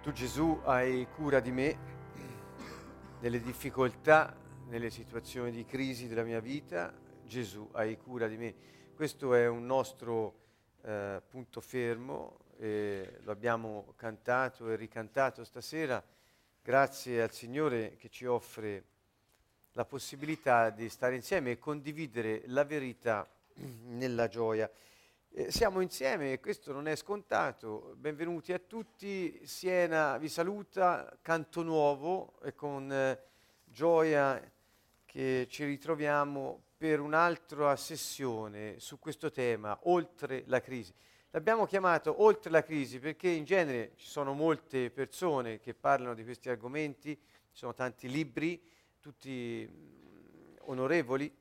Tu Gesù hai cura di me, nelle difficoltà, nelle situazioni di crisi della mia vita. Gesù hai cura di me. Questo è un nostro punto fermo, e lo abbiamo cantato e ricantato stasera. Grazie al Signore che ci offre la possibilità di stare insieme e condividere la verità nella gioia. Siamo insieme e questo non è scontato. Benvenuti a tutti. Siena vi saluta, Canto Nuovo, e con gioia che ci ritroviamo per un'altra sessione su questo tema, oltre la crisi. L'abbiamo chiamato Oltre la crisi perché in genere ci sono molte persone che parlano di questi argomenti, ci sono tanti libri, tutti onorevoli.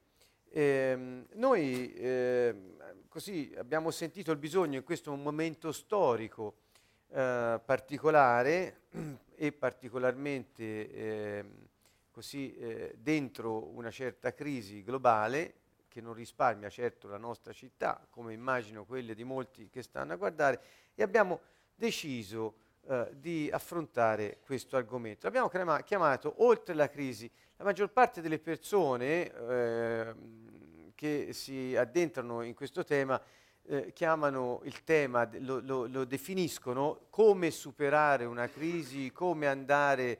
Noi così abbiamo sentito il bisogno in questo momento storico particolare e particolarmente così dentro una certa crisi globale che non risparmia certo la nostra città, come immagino quelle di molti che stanno a guardare, e abbiamo deciso di affrontare questo argomento. L'abbiamo chiamato Oltre la crisi. La maggior parte delle persone che si addentrano in questo tema chiamano il tema, lo definiscono come superare una crisi, come andare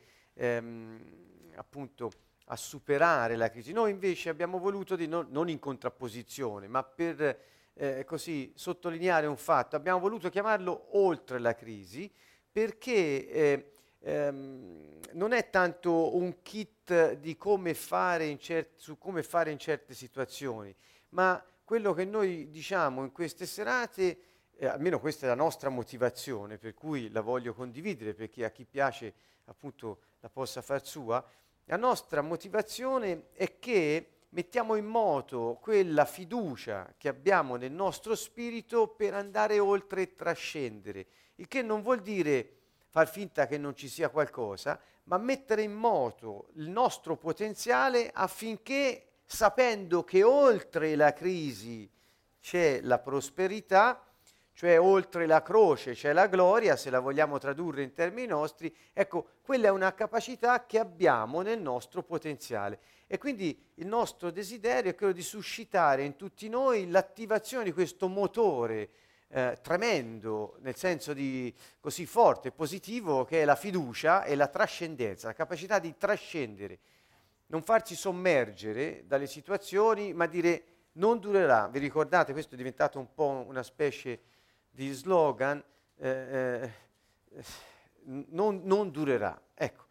appunto a superare la crisi. Noi invece abbiamo voluto non in contrapposizione, ma per così sottolineare un fatto, abbiamo voluto chiamarlo Oltre la crisi perché non è tanto un kit di come fare su come fare in certe situazioni, ma quello che noi diciamo in queste serate, almeno questa è la nostra motivazione, per cui la voglio condividere, perché a chi piace appunto la possa far sua. La nostra motivazione è che mettiamo in moto quella fiducia che abbiamo nel nostro spirito per andare oltre e trascendere, il che non vuol dire far finta che non ci sia qualcosa, ma mettere in moto il nostro potenziale affinché, sapendo che oltre la crisi c'è la prosperità, cioè oltre la croce c'è la gloria, se la vogliamo tradurre in termini nostri, ecco, quella è una capacità che abbiamo nel nostro potenziale. E quindi il nostro desiderio è quello di suscitare in tutti noi l'attivazione di questo motore tremendo, nel senso di così forte e positivo, che è la fiducia e la trascendenza, la capacità di trascendere, non farsi sommergere dalle situazioni, ma dire non durerà. Vi ricordate, questo è diventato un po' una specie di slogan, non durerà. Ecco,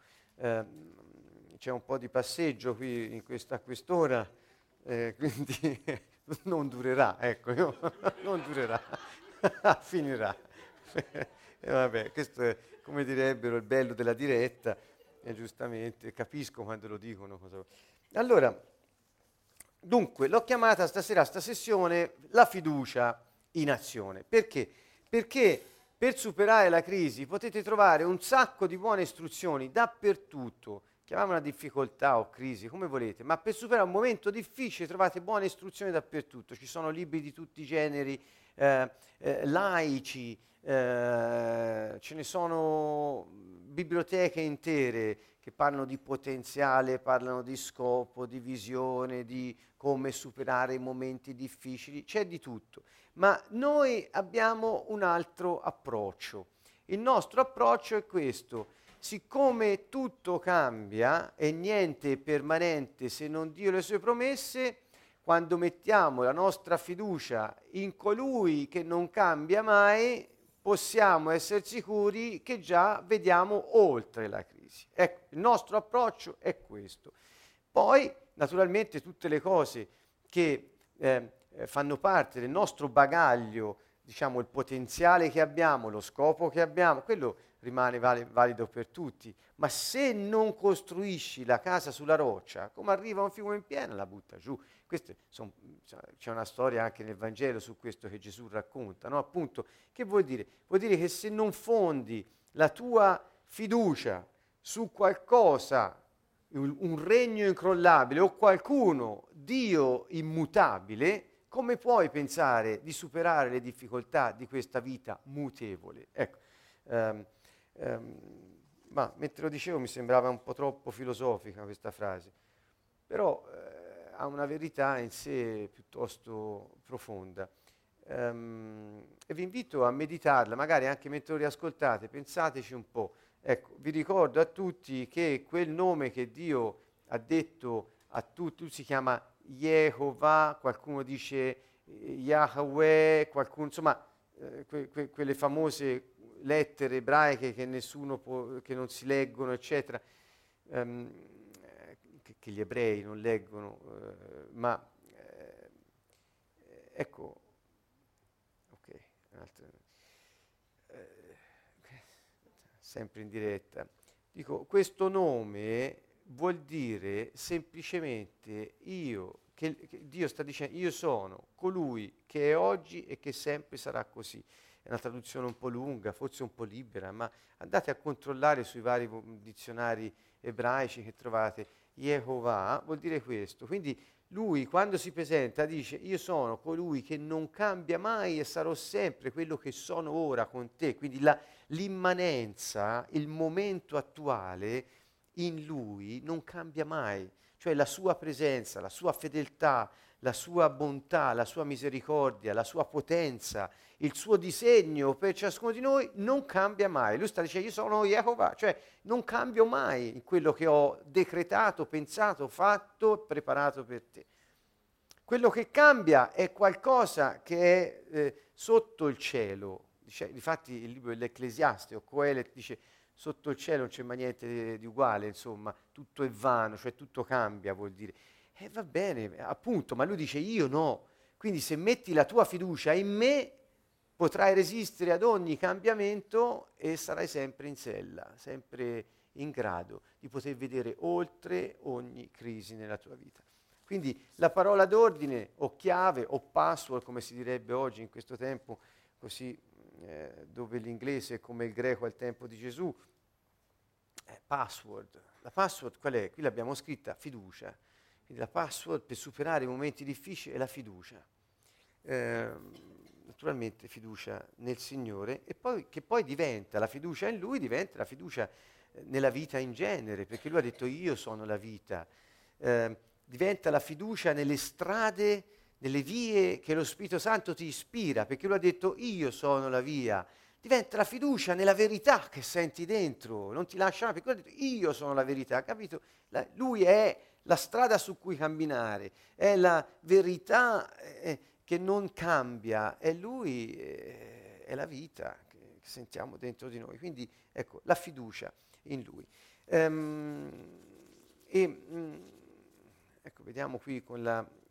c'è un po' di passeggio qui a quest'ora, quindi non durerà, ecco, non durerà, finirà. E vabbè, questo è, come direbbero, il bello della diretta, e giustamente capisco quando lo dicono. Allora, dunque, l'ho chiamata stasera, sta sessione, la fiducia in azione. Perché? Perché per superare la crisi potete trovare un sacco di buone istruzioni dappertutto, chiamiamola difficoltà o crisi, come volete, ma per superare un momento difficile trovate buone istruzioni dappertutto. Ci sono libri di tutti i generi, laici, ce ne sono biblioteche intere che parlano di potenziale, parlano di scopo, di visione, di come superare i momenti difficili, c'è di tutto. Ma noi abbiamo un altro approccio. Il nostro approccio è questo: siccome tutto cambia e niente è permanente se non Dio e le sue promesse, quando mettiamo la nostra fiducia in colui che non cambia mai, possiamo essere sicuri che già vediamo oltre la crisi. Ecco, il nostro approccio è questo. Poi, naturalmente, tutte le cose che fanno parte del nostro bagaglio, diciamo il potenziale che abbiamo, lo scopo che abbiamo, quello rimane valido per tutti. Ma se non costruisci la casa sulla roccia, come arriva un fiume in piena, la butta giù. C'è una storia anche nel Vangelo su questo che Gesù racconta, no? Appunto, che vuol dire? Vuol dire che se non fondi la tua fiducia su qualcosa, un regno incrollabile o qualcuno, Dio immutabile, come puoi pensare di superare le difficoltà di questa vita mutevole? Ecco, Ma mentre lo dicevo mi sembrava un po' troppo filosofica questa frase, però ha una verità in sé piuttosto profonda. E vi invito a meditarla, magari anche mentre lo riascoltate, pensateci un po'. Ecco, vi ricordo a tutti che quel nome che Dio ha detto a tutti, lui si chiama Yehovah, qualcuno dice Yahweh, qualcuno, insomma, quelle famose lettere ebraiche che nessuno può, che non si leggono, eccetera, che gli ebrei non leggono, ma ecco, ok, eh, sempre in diretta. Dico, questo nome vuol dire semplicemente io, che Dio sta dicendo, io sono colui che è oggi e che sempre sarà così. È una traduzione un po' lunga, forse un po' libera, ma andate a controllare sui vari dizionari ebraici che trovate. Yehovah vuol dire questo. Quindi lui quando si presenta dice io sono colui che non cambia mai e sarò sempre quello che sono ora con te. Quindi l'immanenza, il momento attuale in lui non cambia mai, cioè la sua presenza, la sua fedeltà, la sua bontà, la sua misericordia, la sua potenza, il suo disegno per ciascuno di noi non cambia mai. Lui sta dicendo io sono Jehovah, cioè non cambio mai in quello che ho decretato, pensato, fatto, preparato per te. Quello che cambia è qualcosa che è sotto il cielo. Difatti il libro dell'Ecclesiaste o Coelet dice sotto il cielo non c'è mai niente di uguale, insomma, tutto è vano, cioè tutto cambia, vuol dire. E va bene, appunto, ma lui dice io no. Quindi se metti la tua fiducia in me, potrai resistere ad ogni cambiamento e sarai sempre in sella, sempre in grado di poter vedere oltre ogni crisi nella tua vita. Quindi la parola d'ordine o chiave o password, come si direbbe oggi in questo tempo, così dove l'inglese è come il greco al tempo di Gesù, password. La password qual è? Qui l'abbiamo scritta fiducia. Quindi la password per superare i momenti difficili è la fiducia. Naturalmente fiducia nel Signore e poi che poi diventa la fiducia in Lui, diventa la fiducia nella vita in genere, perché Lui ha detto io sono la vita. Diventa la fiducia nelle strade, nelle vie che lo Spirito Santo ti ispira, perché Lui ha detto io sono la via. Diventa la fiducia nella verità che senti dentro, non ti lascia mai, perché Lui ha detto io sono la verità, capito? Lui è la strada su cui camminare, è la verità che non cambia, è Lui, è la vita che sentiamo dentro di noi. Quindi ecco, la fiducia in Lui. Ecco, vediamo qui con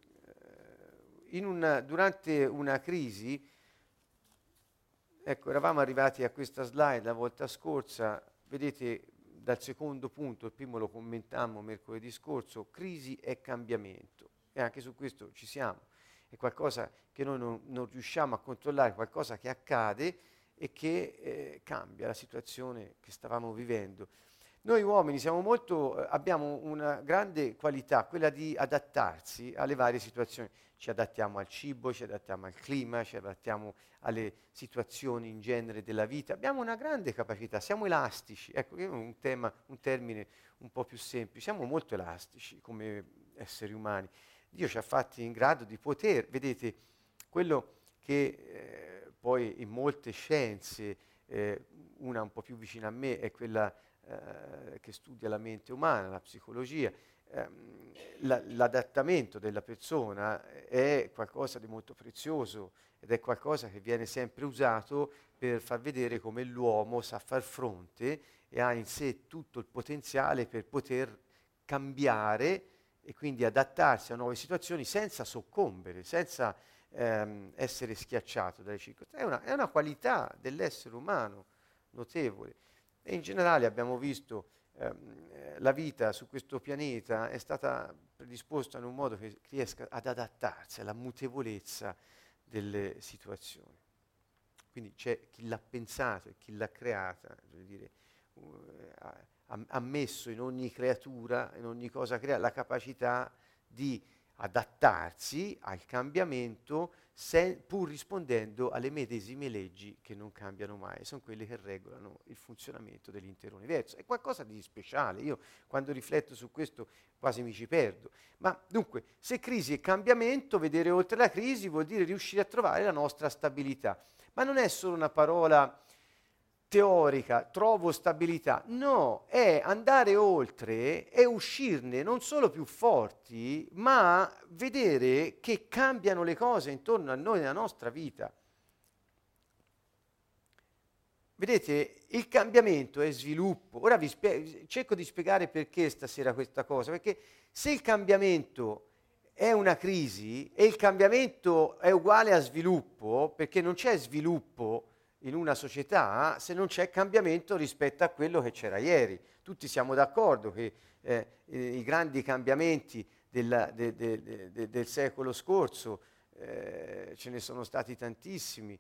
durante una crisi, ecco, eravamo arrivati a questa slide la volta scorsa, vedete dal secondo punto, il primo lo commentammo mercoledì scorso, crisi e cambiamento. E anche su questo ci siamo. È qualcosa che noi non riusciamo a controllare, qualcosa che accade e che cambia la situazione che stavamo vivendo. Noi uomini abbiamo una grande qualità, quella di adattarsi alle varie situazioni. Ci adattiamo al cibo, ci adattiamo al clima, ci adattiamo alle situazioni in genere della vita. Abbiamo una grande capacità, siamo elastici. Ecco, è un termine un po' più semplice. Siamo molto elastici come esseri umani. Dio ci ha fatti in grado di poter, vedete, quello che poi in molte scienze, una un po' più vicina a me è quella che studia la mente umana, la psicologia, l'adattamento della persona è qualcosa di molto prezioso ed è qualcosa che viene sempre usato per far vedere come l'uomo sa far fronte e ha in sé tutto il potenziale per poter cambiare e quindi adattarsi a nuove situazioni senza soccombere, senza essere schiacciato dalle circostanze. È una qualità dell'essere umano notevole. E in generale abbiamo visto la vita su questo pianeta è stata predisposta in un modo che riesca ad adattarsi alla mutevolezza delle situazioni. Quindi c'è chi l'ha pensato e chi l'ha creata, voglio dire, ha messo in ogni creatura, in ogni cosa creata, la capacità di adattarsi al cambiamento pur rispondendo alle medesime leggi che non cambiano mai, sono quelle che regolano il funzionamento dell'intero universo. È qualcosa di speciale, io quando rifletto su questo quasi mi ci perdo. Ma dunque, se crisi e cambiamento, vedere oltre la crisi vuol dire riuscire a trovare la nostra stabilità. Ma non è solo una parola teorica, trovo stabilità. No, è andare oltre e uscirne non solo più forti, ma vedere che cambiano le cose intorno a noi nella nostra vita. Vedete, il cambiamento è sviluppo. Ora cerco di spiegare perché stasera questa cosa, perché se il cambiamento è una crisi e il cambiamento è uguale a sviluppo, perché non c'è sviluppo in una società se non c'è cambiamento rispetto a quello che c'era ieri. Tutti siamo d'accordo che i grandi cambiamenti del secolo scorso ce ne sono stati tantissimi,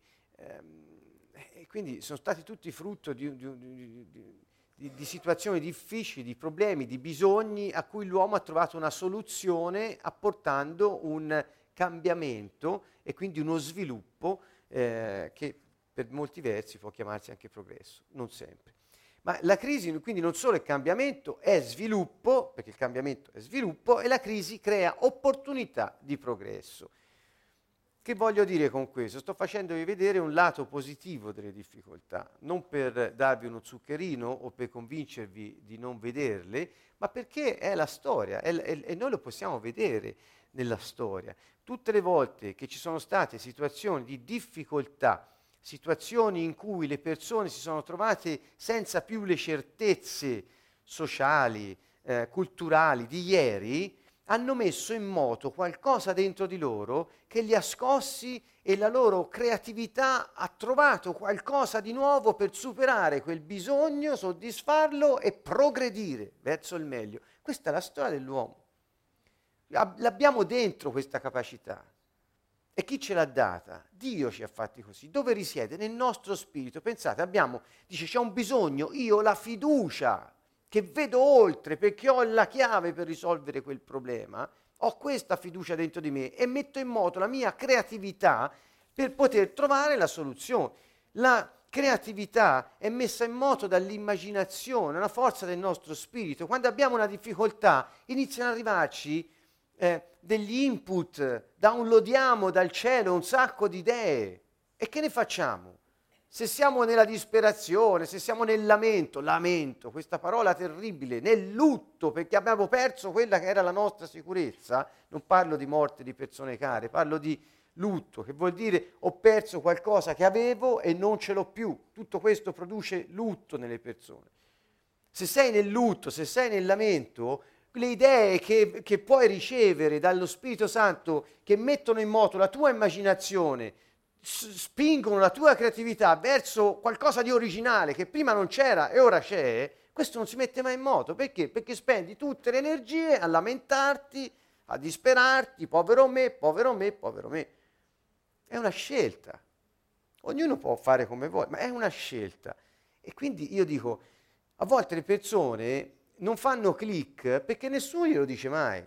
e quindi sono stati tutti frutto di situazioni difficili, di problemi, di bisogni a cui l'uomo ha trovato una soluzione apportando un cambiamento e quindi uno sviluppo che per molti versi può chiamarsi anche progresso, non sempre. Ma la crisi quindi non solo è cambiamento, è sviluppo, perché il cambiamento è sviluppo, e la crisi crea opportunità di progresso. Che voglio dire con questo? Sto facendovi vedere un lato positivo delle difficoltà, non per darvi uno zuccherino o per convincervi di non vederle, ma perché è la storia e noi lo possiamo vedere nella storia. Tutte le volte che ci sono state situazioni di difficoltà, situazioni in cui le persone si sono trovate senza più le certezze sociali, culturali di ieri, hanno messo in moto qualcosa dentro di loro che li ha scossi e la loro creatività ha trovato qualcosa di nuovo per superare quel bisogno, soddisfarlo e progredire verso il meglio. Questa è la storia dell'uomo. L'abbiamo dentro questa capacità. E chi ce l'ha data? Dio ci ha fatti così. Dove risiede? Nel nostro spirito. Pensate, dice, c'è un bisogno, io ho la fiducia che vedo oltre perché ho la chiave per risolvere quel problema, ho questa fiducia dentro di me e metto in moto la mia creatività per poter trovare la soluzione. La creatività è messa in moto dall'immaginazione, la forza del nostro spirito. Quando abbiamo una difficoltà iniziano ad arrivarci degli input, downloadiamo dal cielo un sacco di idee. E che ne facciamo? Se siamo nella disperazione, se siamo nel lamento, questa parola terribile, nel lutto perché abbiamo perso quella che era la nostra sicurezza, non parlo di morte di persone care, parlo di lutto, che vuol dire ho perso qualcosa che avevo e non ce l'ho più. Tutto questo produce lutto nelle persone. Se sei nel lutto, se sei nel lamento, le idee che puoi ricevere dallo Spirito Santo che mettono in moto la tua immaginazione, spingono la tua creatività verso qualcosa di originale che prima non c'era e ora c'è, questo non si mette mai in moto. Perché? Perché spendi tutte le energie a lamentarti, a disperarti, povero me, povero me, povero me. È una scelta. Ognuno può fare come vuole, ma è una scelta. E quindi io dico, a volte le persone non fanno click perché nessuno glielo dice mai.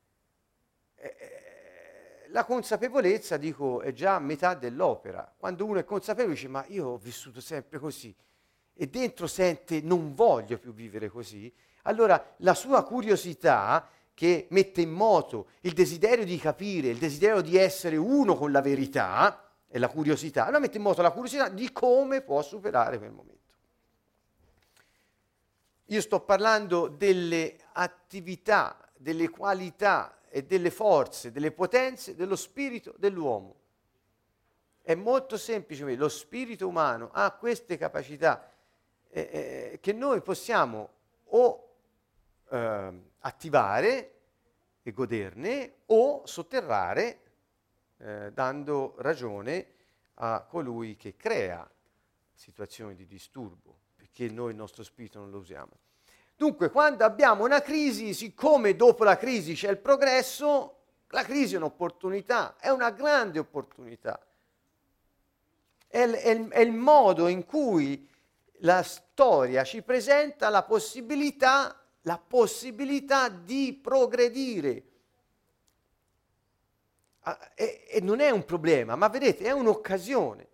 La consapevolezza, dico, è già metà dell'opera. Quando uno è consapevole dice, ma io ho vissuto sempre così, e dentro sente, non voglio più vivere così, allora la sua curiosità, che mette in moto il desiderio di capire, il desiderio di essere uno con la verità, e la curiosità, allora mette in moto la curiosità di come può superare quel momento. Io sto parlando delle attività, delle qualità e delle forze, delle potenze dello spirito dell'uomo. È molto semplice, lo spirito umano ha queste capacità che noi possiamo o attivare e goderne o sotterrare dando ragione a colui che crea situazioni di disturbo, perché noi il nostro spirito non lo usiamo. Dunque, quando abbiamo una crisi, siccome dopo la crisi c'è il progresso, la crisi è un'opportunità, è una grande opportunità. È il modo in cui la storia ci presenta la possibilità di progredire. E non è un problema, ma vedete, è un'occasione.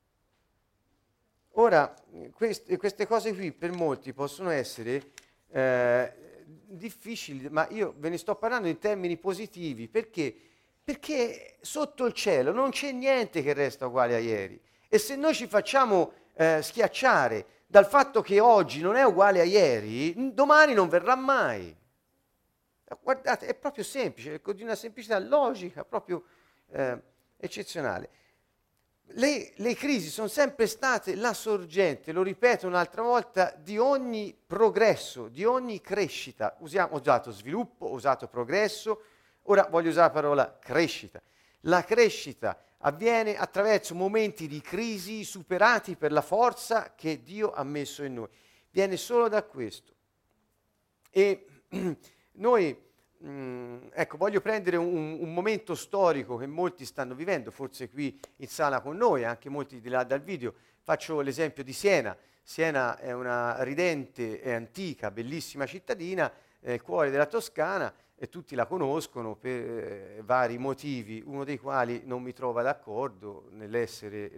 Ora, queste cose qui per molti possono essere difficili, ma io ve ne sto parlando in termini positivi, perché sotto il cielo non c'è niente che resta uguale a ieri. E se noi ci facciamo schiacciare dal fatto che oggi non è uguale a ieri, domani non verrà mai. Guardate, è proprio semplice, di una semplicità logica proprio eccezionale. Le crisi sono sempre state la sorgente, lo ripeto un'altra volta, di ogni progresso, di ogni crescita. Ho usato sviluppo, ho usato progresso, ora voglio usare la parola crescita. La crescita avviene attraverso momenti di crisi superati per la forza che Dio ha messo in noi. Viene solo da questo. E noi, ecco, voglio prendere un momento storico che molti stanno vivendo, forse qui in sala con noi, anche molti di là dal video. Faccio l'esempio di Siena. Siena è una ridente e antica, bellissima cittadina, nel cuore della Toscana, e tutti la conoscono per vari motivi, uno dei quali non mi trova d'accordo nell'essere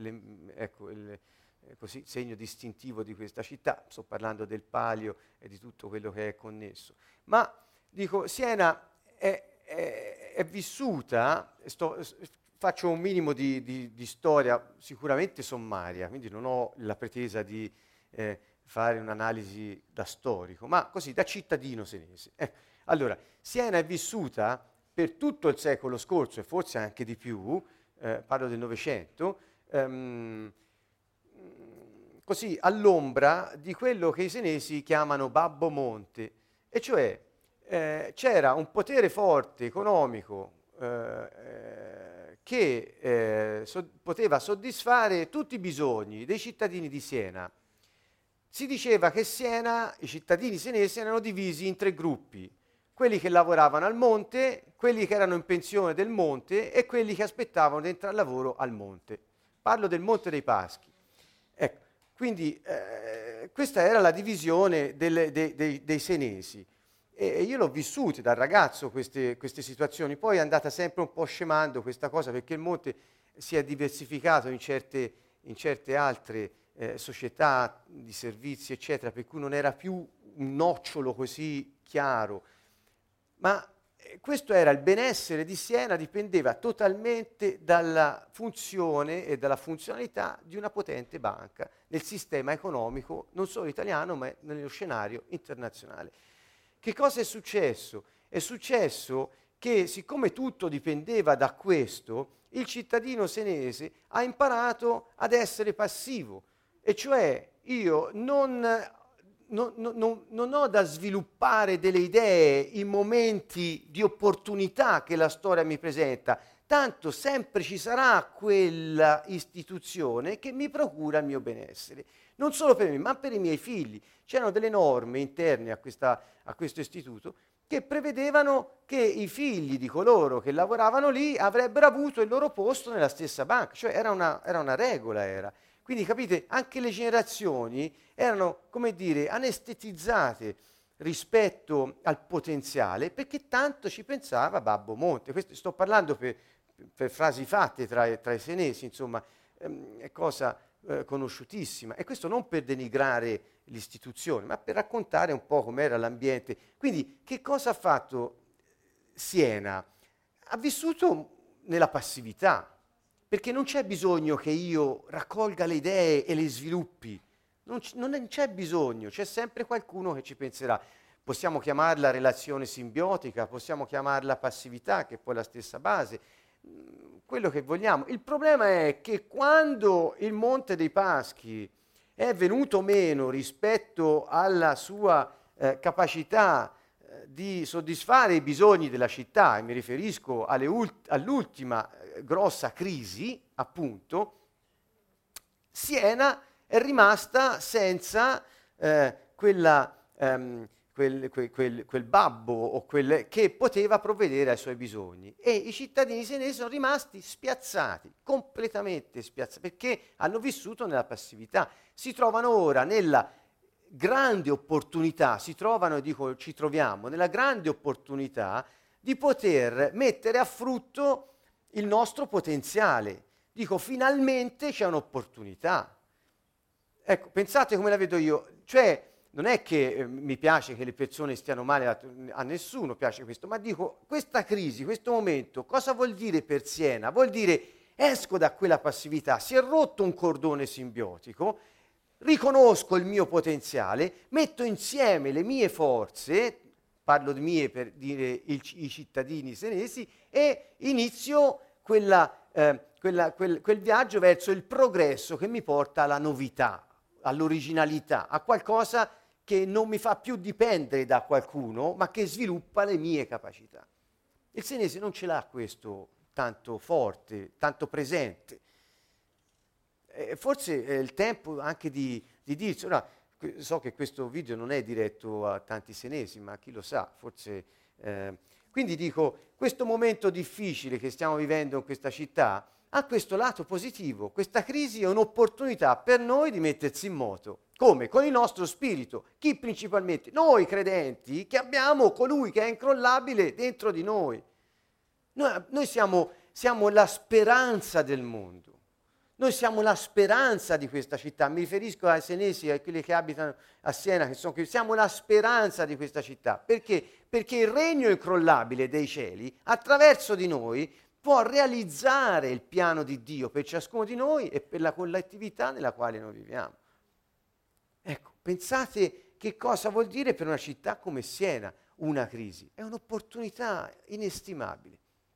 così, segno distintivo di questa città. Sto parlando del Palio e di tutto quello che è connesso. Ma dico, Siena è vissuta, faccio un minimo di storia sicuramente sommaria, quindi non ho la pretesa di fare un'analisi da storico, ma così da cittadino senese. Allora, Siena è vissuta per tutto il secolo scorso e forse anche di più, parlo del Novecento, così all'ombra di quello che i senesi chiamano Babbo Monte, e cioè c'era un potere forte economico che poteva soddisfare tutti i bisogni dei cittadini di Siena. Si diceva che Siena, i cittadini senesi erano divisi in 3 gruppi: quelli che lavoravano al monte, quelli che erano in pensione del monte e quelli che aspettavano di entrare al lavoro al monte. Parlo del Monte dei Paschi. Ecco, quindi questa era la divisione dei senesi. E io l'ho vissute da ragazzo queste situazioni, poi è andata sempre un po' scemando questa cosa, perché il monte si è diversificato in certe altre società di servizi, eccetera, per cui non era più un nocciolo così chiaro. Ma questo era il benessere di Siena, dipendeva totalmente dalla funzione e dalla funzionalità di una potente banca nel sistema economico non solo italiano, ma nello scenario internazionale. Che cosa è successo? È successo che, siccome tutto dipendeva da questo, il cittadino senese ha imparato ad essere passivo, e cioè io non ho da sviluppare delle idee in momenti di opportunità che la storia mi presenta, tanto sempre ci sarà quella istituzione che mi procura il mio benessere, non solo per me, ma per i miei figli. C'erano delle norme interne a questo istituto che prevedevano che i figli di coloro che lavoravano lì avrebbero avuto il loro posto nella stessa banca, cioè era una regola, era. Quindi capite, anche le generazioni erano, come dire, anestetizzate rispetto al potenziale, perché tanto ci pensava Babbo Monte. Questo sto parlando per frasi fatte tra i senesi, insomma, è cosa conosciutissima. E questo non per denigrare l'istituzione, ma per raccontare un po' com'era l'ambiente. Quindi che cosa ha fatto Siena? Ha vissuto nella passività, perché non c'è bisogno che io raccolga le idee e le sviluppi, non c'è bisogno, c'è sempre qualcuno che ci penserà. Possiamo chiamarla relazione simbiotica, possiamo chiamarla passività, che è poi la stessa base, quello che vogliamo. Il problema è che quando il Monte dei Paschi è venuto meno rispetto alla sua capacità di soddisfare i bisogni della città, e mi riferisco all'ultima grossa crisi, appunto, Siena è rimasta senza quel babbo o che poteva provvedere ai suoi bisogni, e i cittadini senesi sono rimasti spiazzati, completamente spiazzati, perché hanno vissuto nella passività. Si trovano ora nella grande opportunità, ci troviamo nella grande opportunità di poter mettere a frutto il nostro potenziale. Dico, finalmente c'è un'opportunità. Ecco, pensate come la vedo io, cioè non è che mi piace che le persone stiano male, a nessuno piace questo, ma dico, questa crisi, questo momento, cosa vuol dire per Siena? Vuol dire esco da quella passività, si è rotto un cordone simbiotico, riconosco il mio potenziale, metto insieme le mie forze, parlo di mie per dire i cittadini senesi, e inizio quel viaggio verso il progresso che mi porta alla novità, all'originalità, a qualcosa che non mi fa più dipendere da qualcuno, ma che sviluppa le mie capacità. Il senese non ce l'ha questo tanto forte, tanto presente. Forse è il tempo anche di dirsi, ora so che questo video non è diretto a tanti senesi, ma chi lo sa, forse... quindi dico, questo momento difficile che stiamo vivendo in questa città ha questo lato positivo, questa crisi è un'opportunità per noi di mettersi in moto. Come? Con il nostro spirito. Chi principalmente? Noi credenti che abbiamo colui che è incrollabile dentro di noi. Noi siamo la speranza del mondo. Noi siamo la speranza di questa città. Mi riferisco ai senesi, a quelli che abitano a Siena, che sono qui. Siamo la speranza di questa città. Perché? Perché il regno incrollabile dei cieli, attraverso di noi, può realizzare il piano di Dio per ciascuno di noi e per la collettività nella quale noi viviamo. Ecco, pensate che cosa vuol dire per una città come Siena una crisi. È un'opportunità inestimabile.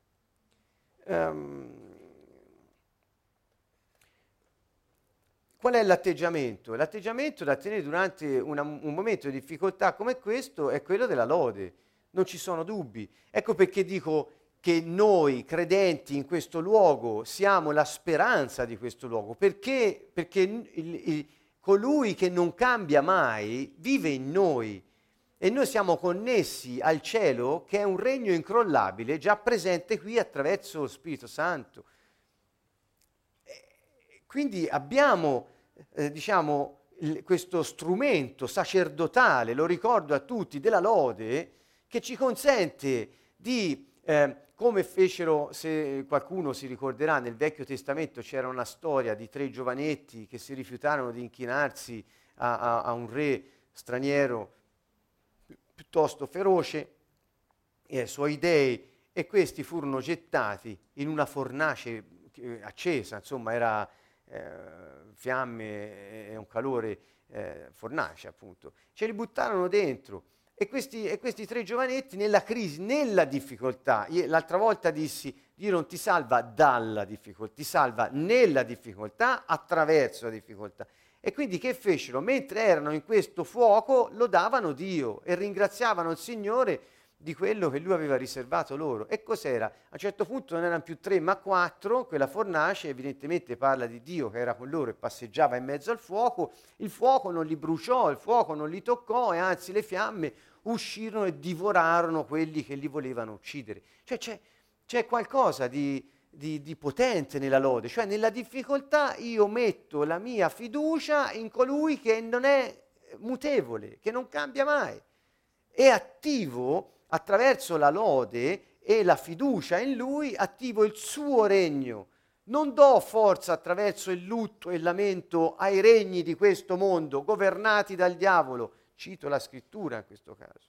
Qual è l'atteggiamento? L'atteggiamento da tenere durante un momento di difficoltà come questo è quello della lode. Non ci sono dubbi. Ecco perché dico che noi credenti in questo luogo siamo la speranza di questo luogo, perché colui che non cambia mai vive in noi e noi siamo connessi al cielo che è un regno incrollabile già presente qui attraverso lo Spirito Santo. Quindi abbiamo, questo strumento sacerdotale, lo ricordo a tutti, della lode, che ci consente di, come fecero, se qualcuno si ricorderà, nel Vecchio Testamento c'era una storia di 3 giovanetti che si rifiutarono di inchinarsi a un re straniero piuttosto feroce e ai suoi dei, e questi furono gettati in una fornace accesa, insomma era fiamme e un calore fornace appunto, ce li buttarono dentro e questi 3 giovanetti nella crisi, nella difficoltà, l'altra volta dissi Dio non ti salva dalla difficoltà, ti salva nella difficoltà, attraverso la difficoltà. E quindi che fecero? Mentre erano in questo fuoco lodavano Dio e ringraziavano il Signore di quello che Lui aveva riservato loro. E cos'era? A un certo punto non erano più 3 ma 4, quella fornace evidentemente parla di Dio che era con loro e passeggiava in mezzo al fuoco, il fuoco non li bruciò, il fuoco non li toccò e anzi le fiamme uscirono e divorarono quelli che li volevano uccidere. Cioè c'è qualcosa di potente nella lode, cioè nella difficoltà io metto la mia fiducia in colui che non è mutevole, che non cambia mai, e attivo attraverso la lode e la fiducia in lui, attivo il suo regno. Non do forza attraverso il lutto e il lamento ai regni di questo mondo, governati dal diavolo. Cito la scrittura in questo caso.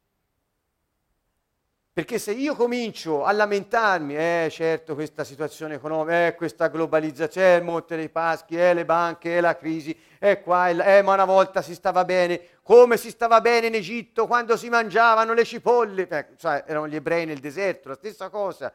Perché se io comincio a lamentarmi, certo questa situazione economica, questa globalizzazione, il Monte dei Paschi, le banche, la crisi, qua, ma una volta si stava bene, come si stava bene in Egitto quando si mangiavano le cipolle, erano gli ebrei nel deserto, la stessa cosa.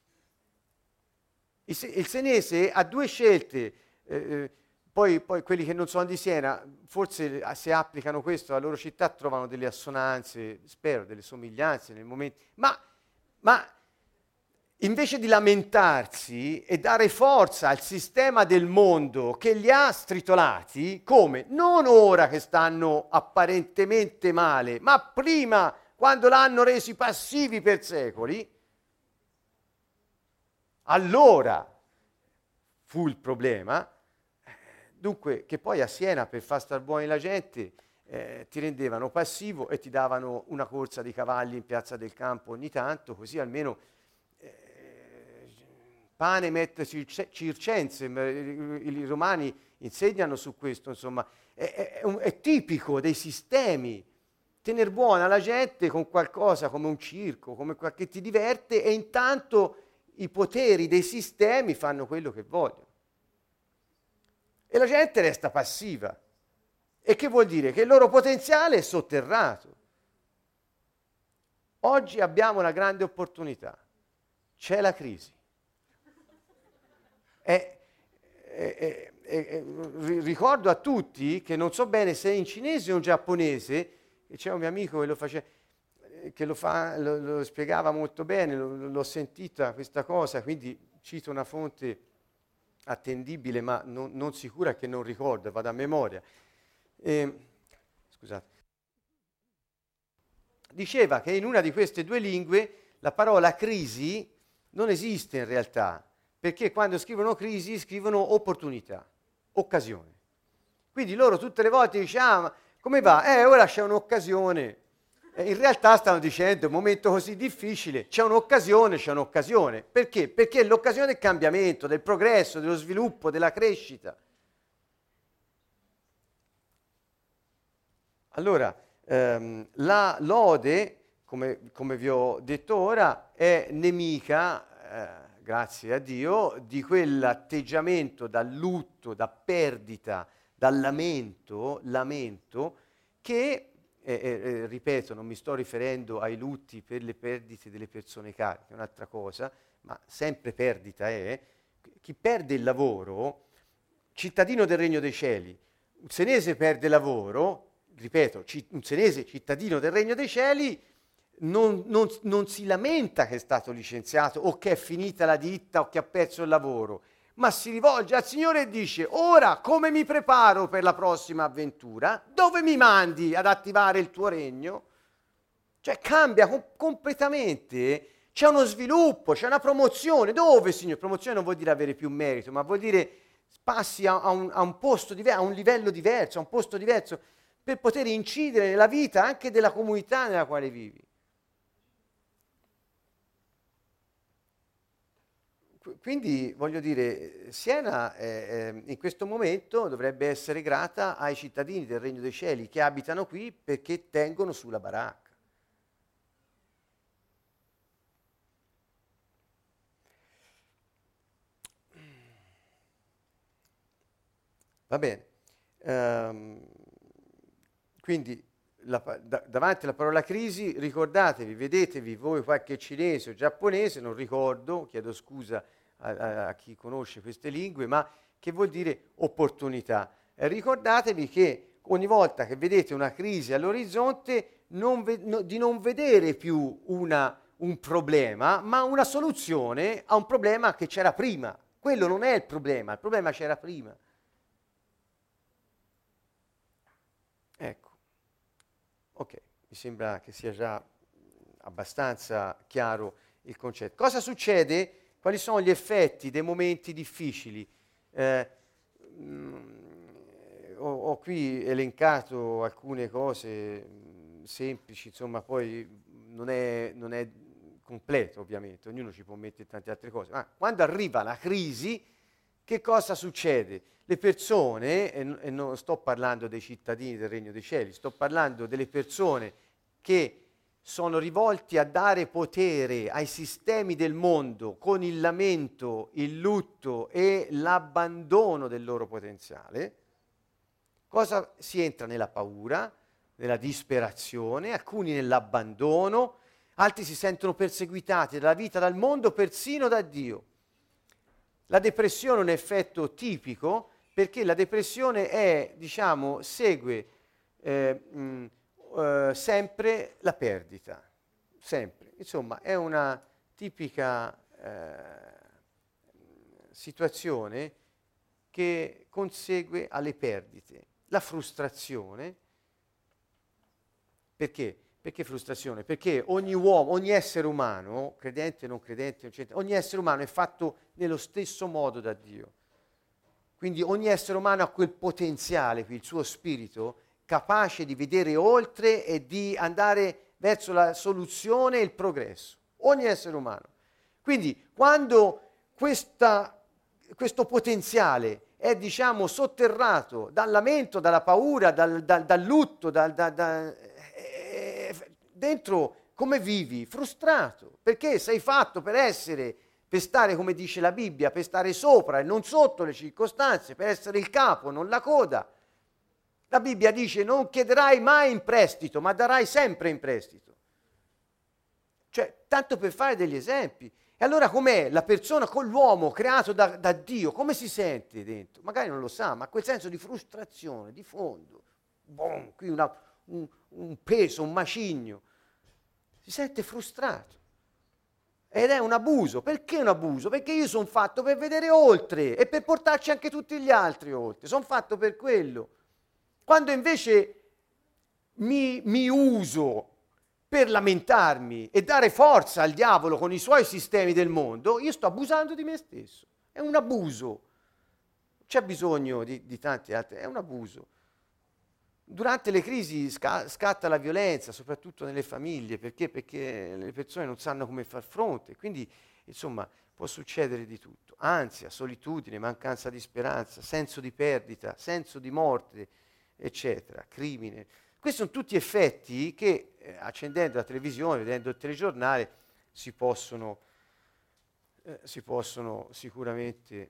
Il senese ha 2 scelte, poi quelli che non sono di Siena, forse se applicano questo alla loro città trovano delle assonanze, spero, delle somiglianze nel momento, ma invece di lamentarsi e dare forza al sistema del mondo che li ha stritolati, come? Non ora che stanno apparentemente male, ma prima, quando l'hanno resi passivi per secoli, allora fu il problema. Dunque, che poi a Siena per far star buoni la gente ti rendevano passivo e ti davano una corsa di cavalli in piazza del campo ogni tanto, così almeno panem et circensem, i romani insegnano su questo, insomma, è tipico dei sistemi, tener buona la gente con qualcosa come un circo, come che ti diverte, e intanto i poteri dei sistemi fanno quello che vogliono. E la gente resta passiva. E che vuol dire? Che il loro potenziale è sotterrato. Oggi abbiamo una grande opportunità. C'è la crisi. Ricordo a tutti che non so bene se è in cinese o in giapponese, e c'è un mio amico che lo faceva, che lo spiegava molto bene, l'ho sentita questa cosa, quindi cito una fonte attendibile ma non sicura, che non ricordo, vado a memoria. Scusate. Diceva che in una di queste due lingue la parola crisi non esiste in realtà, perché quando scrivono crisi scrivono opportunità, occasione. Quindi loro tutte le volte dicevano, come va? Ora c'è un'occasione. In realtà stanno dicendo, un momento così difficile, c'è un'occasione, c'è un'occasione. Perché? Perché è l'occasione del cambiamento, del progresso, dello sviluppo, della crescita. Allora, la lode, come vi ho detto ora, è nemica, grazie a Dio, di quell'atteggiamento da lutto, da perdita, dal lamento che, ripeto, non mi sto riferendo ai lutti per le perdite delle persone care, che è un'altra cosa, ma sempre perdita è. Chi perde il lavoro, cittadino del Regno dei Cieli, un senese perde lavoro, ripeto, un senese cittadino del Regno dei Cieli non si lamenta che è stato licenziato o che è finita la ditta o che ha perso il lavoro, ma si rivolge al Signore e dice: ora come mi preparo per la prossima avventura? Dove mi mandi ad attivare il tuo regno? Cioè cambia completamente, c'è uno sviluppo, c'è una promozione. Dove, Signore? Promozione non vuol dire avere più merito, ma vuol dire passi a un posto diverso, a un livello diverso, a un posto diverso, per poter incidere nella vita anche della comunità nella quale vivi. Quindi voglio dire, Siena in questo momento dovrebbe essere grata ai cittadini del Regno dei Cieli che abitano qui, perché tengono sulla baracca. Va bene. Quindi davanti alla parola crisi ricordatevi, vedetevi voi qualche cinese o giapponese, non ricordo, chiedo scusa a chi conosce queste lingue, ma che vuol dire opportunità. Ricordatevi che ogni volta che vedete una crisi all'orizzonte di non vedere più un problema, ma una soluzione a un problema che c'era prima. Quello non è il problema c'era prima. Ecco. Ok, mi sembra che sia già abbastanza chiaro il concetto. Cosa succede? Quali sono gli effetti dei momenti difficili? Ho qui elencato alcune cose semplici, insomma, poi non è completo ovviamente, ognuno ci può mettere tante altre cose, ma quando arriva la crisi, che cosa succede? Le persone, e non sto parlando dei cittadini del Regno dei Cieli, sto parlando delle persone che sono rivolti a dare potere ai sistemi del mondo con il lamento, il lutto e l'abbandono del loro potenziale. Cosa si entra? Nella paura, nella disperazione, alcuni nell'abbandono, altri si sentono perseguitati dalla vita, dal mondo, persino da Dio. La depressione è un effetto tipico, perché la depressione segue sempre la perdita, sempre. Insomma, è una tipica situazione che consegue alle perdite. La frustrazione, perché? Perché frustrazione? Perché ogni uomo, ogni essere umano, credente o non credente, eccetera, ogni essere umano è fatto nello stesso modo da Dio. Quindi ogni essere umano ha quel potenziale, il suo spirito, capace di vedere oltre e di andare verso la soluzione e il progresso. Ogni essere umano. Quindi quando questo potenziale è, diciamo, sotterrato dal lamento, dalla paura, dal lutto, dentro come vivi? Frustrato, perché sei fatto per stare, come dice la Bibbia, per stare sopra e non sotto le circostanze, per essere il capo, non la coda. La Bibbia dice: non chiederai mai in prestito, ma darai sempre in prestito. Cioè, tanto per fare degli esempi. E allora com'è la persona con l'uomo creato da Dio? Come si sente dentro? Magari non lo sa, ma quel senso di frustrazione, di fondo, boom, qui un peso, un macigno. Si sente frustrato. Ed è un abuso. Perché un abuso? Perché io sono fatto per vedere oltre e per portarci anche tutti gli altri oltre. Sono fatto per quello. Quando invece mi uso per lamentarmi e dare forza al diavolo con i suoi sistemi del mondo, io sto abusando di me stesso. È un abuso. C'è bisogno di tanti altri. È un abuso. Durante le crisi scatta la violenza, soprattutto nelle famiglie, perché? Perché le persone non sanno come far fronte, quindi insomma può succedere di tutto. Ansia, solitudine, mancanza di speranza, senso di perdita, senso di morte, eccetera, crimine. Questi sono tutti effetti che accendendo la televisione, vedendo il telegiornale, si possono sicuramente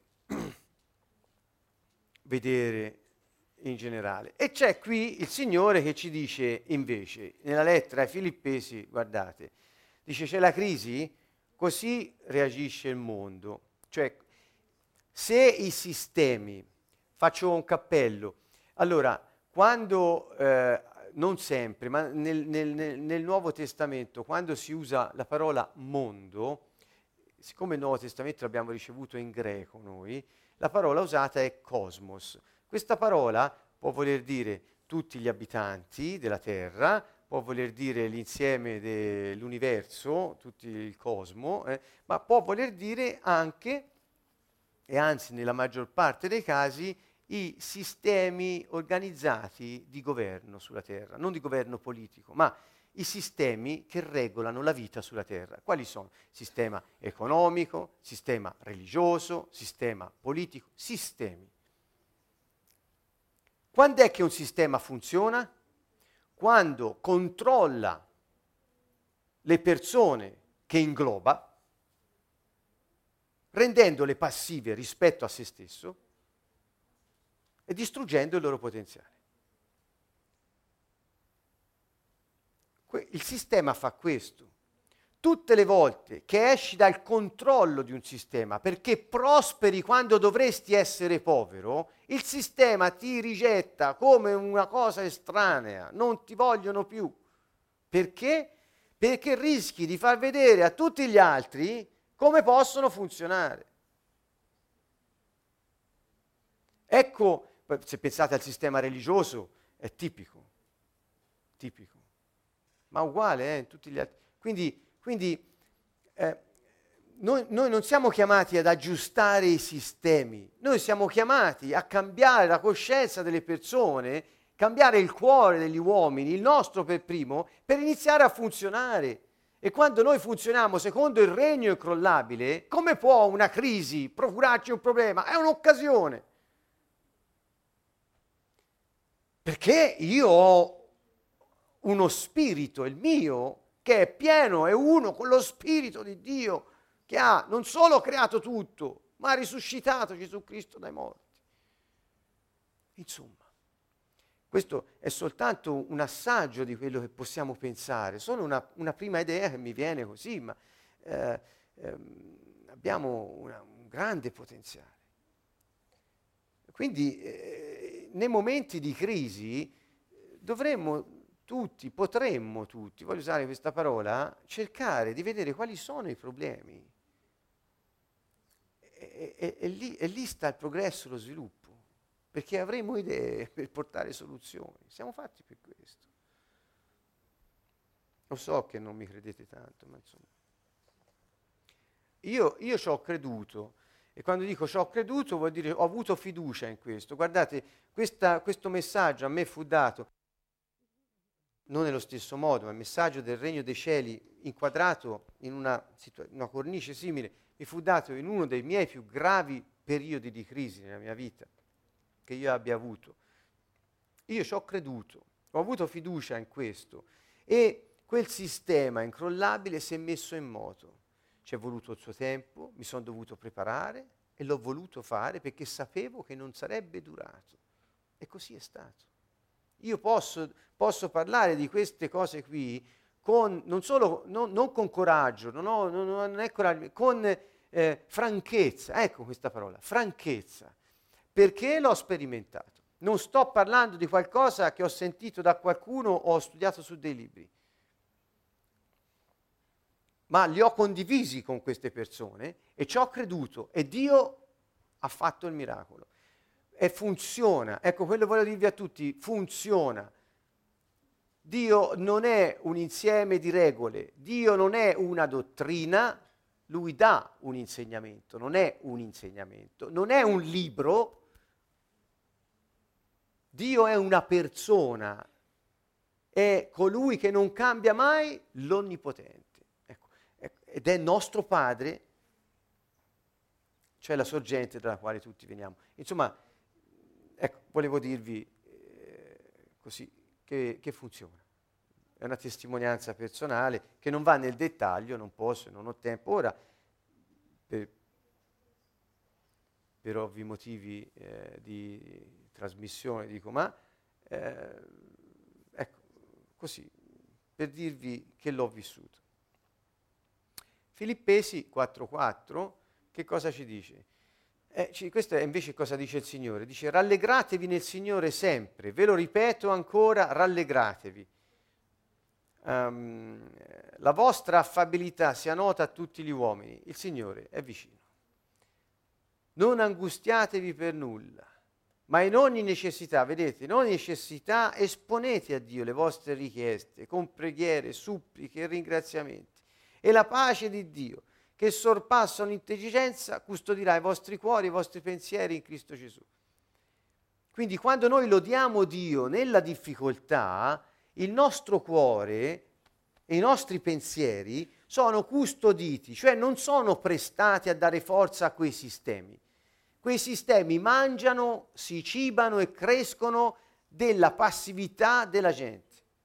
vedere in generale. E c'è qui il Signore che ci dice invece, nella lettera ai Filippesi, guardate, dice: c'è la crisi, così reagisce il mondo. Cioè, se i sistemi, faccio un cappello, allora, quando, non sempre, ma nel Nuovo Testamento, quando si usa la parola mondo, siccome il Nuovo Testamento l'abbiamo ricevuto in greco noi, la parola usata è cosmos. Questa parola può voler dire tutti gli abitanti della Terra, può voler dire l'insieme dell'universo, tutto il cosmo, ma può voler dire anche, e anzi nella maggior parte dei casi, i sistemi organizzati di governo sulla Terra, non di governo politico, ma i sistemi che regolano la vita sulla Terra. Quali sono? Sistema economico, sistema religioso, sistema politico, sistemi. Quando è che un sistema funziona? Quando controlla le persone che ingloba, rendendole passive rispetto a se stesso e distruggendo il loro potenziale. Il sistema fa questo. Tutte le volte che esci dal controllo di un sistema perché prosperi quando dovresti essere povero, il sistema ti rigetta come una cosa estranea, non ti vogliono più. Perché? Perché rischi di far vedere a tutti gli altri come possono funzionare. Ecco, se pensate al sistema religioso, è tipico, ma uguale in tutti gli altri. Quindi noi non siamo chiamati ad aggiustare i sistemi, noi siamo chiamati a cambiare la coscienza delle persone, cambiare il cuore degli uomini, il nostro per primo, per iniziare a funzionare. E quando noi funzioniamo secondo il regno incrollabile, come può una crisi procurarci un problema? È un'occasione. Perché io ho uno spirito, il mio, che è pieno, è uno con lo spirito di Dio, che ha non solo creato tutto, ma ha risuscitato Gesù Cristo dai morti. Insomma, questo è soltanto un assaggio di quello che possiamo pensare, solo una prima idea che mi viene così, ma abbiamo un grande potenziale. Quindi nei momenti di crisi potremmo tutti, voglio usare questa parola, cercare di vedere quali sono i problemi. E lì sta il progresso e lo sviluppo, perché avremo idee per portare soluzioni. Siamo fatti per questo. Lo so che non mi credete tanto, ma insomma. Io ci ho creduto, e quando dico ci ho creduto vuol dire ho avuto fiducia in questo. Guardate, questo messaggio a me fu dato non nello stesso modo, ma il messaggio del regno dei cieli inquadrato in una cornice simile mi fu dato in uno dei miei più gravi periodi di crisi nella mia vita che io abbia avuto. Io ci ho creduto, ho avuto fiducia in questo e quel sistema incrollabile si è messo in moto. Ci è voluto il suo tempo, mi sono dovuto preparare e l'ho voluto fare perché sapevo che non sarebbe durato. E così è stato. Io posso parlare di queste cose qui con, non solo, non con coraggio, non è coraggio, con franchezza, ecco questa parola, franchezza, perché l'ho sperimentato. Non sto parlando di qualcosa che ho sentito da qualcuno o ho studiato su dei libri, ma li ho condivisi con queste persone e ci ho creduto e Dio ha fatto il miracolo. E funziona, ecco quello voglio dirvi a tutti, funziona. Dio non è un insieme di regole, Dio non è una dottrina, Lui dà un insegnamento, non è un insegnamento, non è un libro, Dio è una persona, è colui che non cambia mai, l'Onnipotente. Ecco, ed è nostro Padre, cioè la sorgente dalla quale tutti veniamo. Insomma, ecco, volevo dirvi così, che funziona. È una testimonianza personale che non va nel dettaglio, non posso, non ho tempo ora, per ovvi motivi di trasmissione, dico, ma ecco, così, per dirvi che l'ho vissuto. Filippesi 4,4, che cosa ci dice? Questo è invece cosa dice il Signore. Dice: rallegratevi nel Signore sempre. Ve lo ripeto ancora, rallegratevi. La vostra affabilità sia nota a tutti gli uomini. Il Signore è vicino. Non angustiatevi per nulla, ma in ogni necessità, vedete, in ogni necessità esponete a Dio le vostre richieste con preghiere, suppliche e ringraziamenti. E la pace di Dio, che sorpassa l'intelligenza, custodirà i vostri cuori e i vostri pensieri in Cristo Gesù. Quindi quando noi lodiamo Dio nella difficoltà, il nostro cuore e i nostri pensieri sono custoditi, cioè non sono prestati a dare forza a quei sistemi. Quei sistemi mangiano, si cibano e crescono della passività della gente.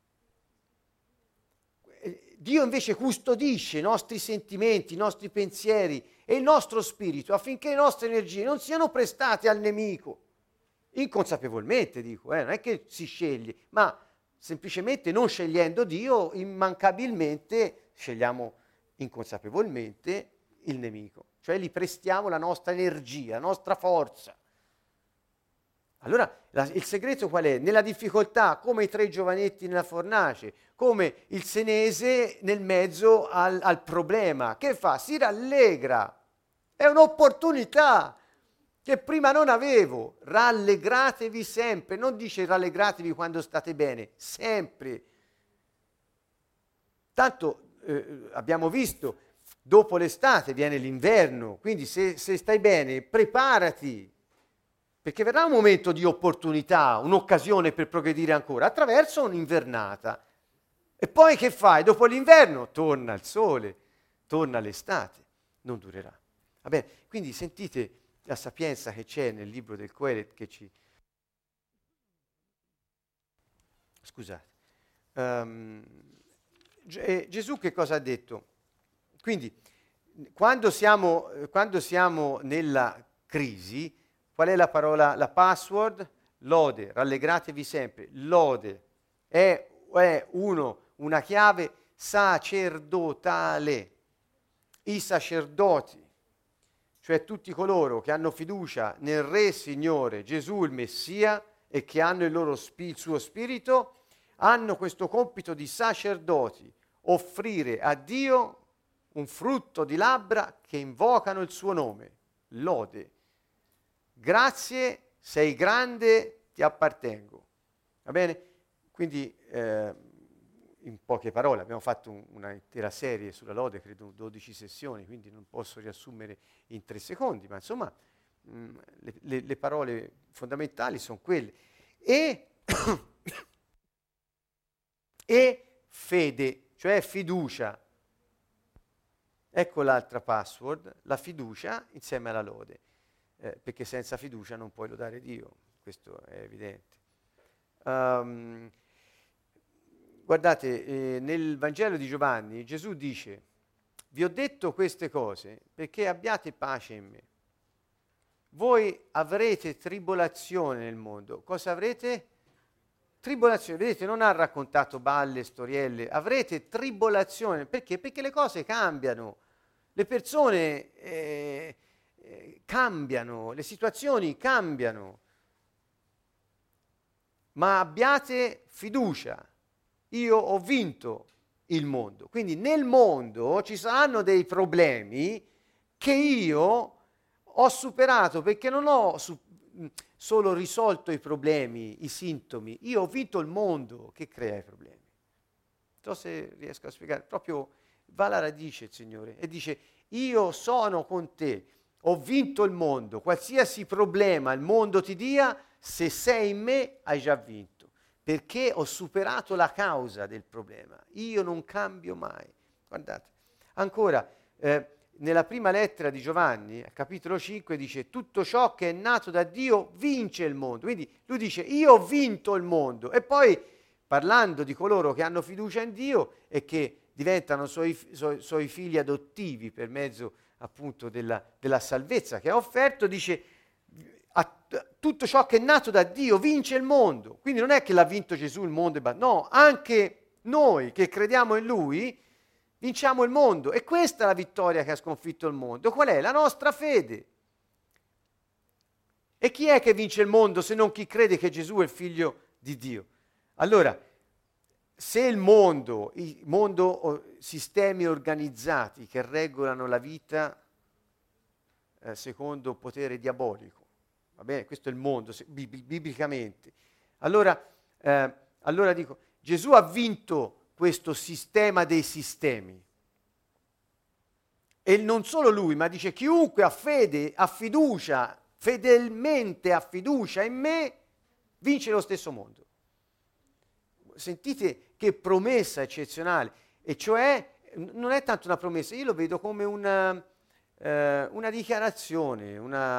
Dio invece custodisce i nostri sentimenti, i nostri pensieri e il nostro spirito affinché le nostre energie non siano prestate al nemico. Inconsapevolmente dico, non è che si sceglie, ma semplicemente non scegliendo Dio, immancabilmente scegliamo inconsapevolmente il nemico. Cioè gli prestiamo la nostra energia, la nostra forza. Allora il segreto qual è? Nella difficoltà, come i 3 giovanetti nella fornace, come il senese nel mezzo al problema. Che fa? Si rallegra. È un'opportunità che prima non avevo. Rallegratevi sempre. Non dice rallegratevi quando state bene, sempre. Tanto abbiamo visto, dopo l'estate viene l'inverno, quindi se stai bene, preparati. Perché verrà un momento di opportunità, un'occasione per progredire ancora, attraverso un'invernata. E poi che fai? Dopo l'inverno torna il sole, torna l'estate, non durerà. Va bene? Quindi sentite la sapienza che c'è nel libro del Coelet che ci... Scusate. Gesù che cosa ha detto? Quindi, quando siamo nella crisi, qual è la parola, la password? Lode, rallegratevi sempre. Lode è una chiave sacerdotale. I sacerdoti, cioè tutti coloro che hanno fiducia nel Re Signore Gesù il Messia e che hanno il suo spirito, hanno questo compito di sacerdoti, offrire a Dio un frutto di labbra che invocano il suo nome, lode. Grazie, sei grande, ti appartengo. Va bene? Quindi, in poche parole, abbiamo fatto una intera serie sulla lode, credo 12 sessioni, quindi non posso riassumere in 3 secondi, ma insomma, le parole fondamentali sono quelle. E fede, cioè fiducia. Ecco l'altra password, la fiducia insieme alla lode, perché senza fiducia non puoi lodare Dio, questo è evidente. Guardate, nel Vangelo di Giovanni Gesù dice: vi ho detto queste cose perché abbiate pace in me. Voi avrete tribolazione nel mondo. Cosa avrete? Tribolazione. Vedete, non ha raccontato balle, storielle. Avrete tribolazione. Perché? Perché le cose cambiano. Le persone cambiano, le situazioni cambiano. Ma abbiate fiducia. Io ho vinto il mondo. Quindi nel mondo ci saranno dei problemi che io ho superato perché non ho solo risolto i problemi, i sintomi. Io ho vinto il mondo che crea i problemi. Non so se riesco a spiegare. Proprio va alla radice il Signore e dice: io sono con te, ho vinto il mondo. Qualsiasi problema il mondo ti dia, se sei in me hai già vinto. Perché ho superato la causa del problema. Io non cambio mai. Guardate. Ancora, nella prima lettera di Giovanni, al capitolo 5, dice: tutto ciò che è nato da Dio vince il mondo. Quindi lui dice: io ho vinto il mondo. E poi, parlando di coloro che hanno fiducia in Dio e che diventano suoi figli adottivi per mezzo appunto della salvezza che ha offerto, dice: tutto ciò che è nato da Dio vince il mondo. Quindi non è che l'ha vinto Gesù il mondo, no, anche noi che crediamo in Lui vinciamo il mondo. E questa è la vittoria che ha sconfitto il mondo. Qual è? La nostra fede. E chi è che vince il mondo se non chi crede che Gesù è il figlio di Dio? Allora, se il mondo, sistemi organizzati che regolano la vita secondo potere diabolico, va bene? Questo è il mondo, biblicamente. Allora dico, Gesù ha vinto questo sistema dei sistemi. E non solo lui, ma dice: chiunque ha fede, ha fiducia, fedelmente ha fiducia in me, vince lo stesso mondo. Sentite che promessa eccezionale. E cioè, non è tanto una promessa, io lo vedo come una dichiarazione,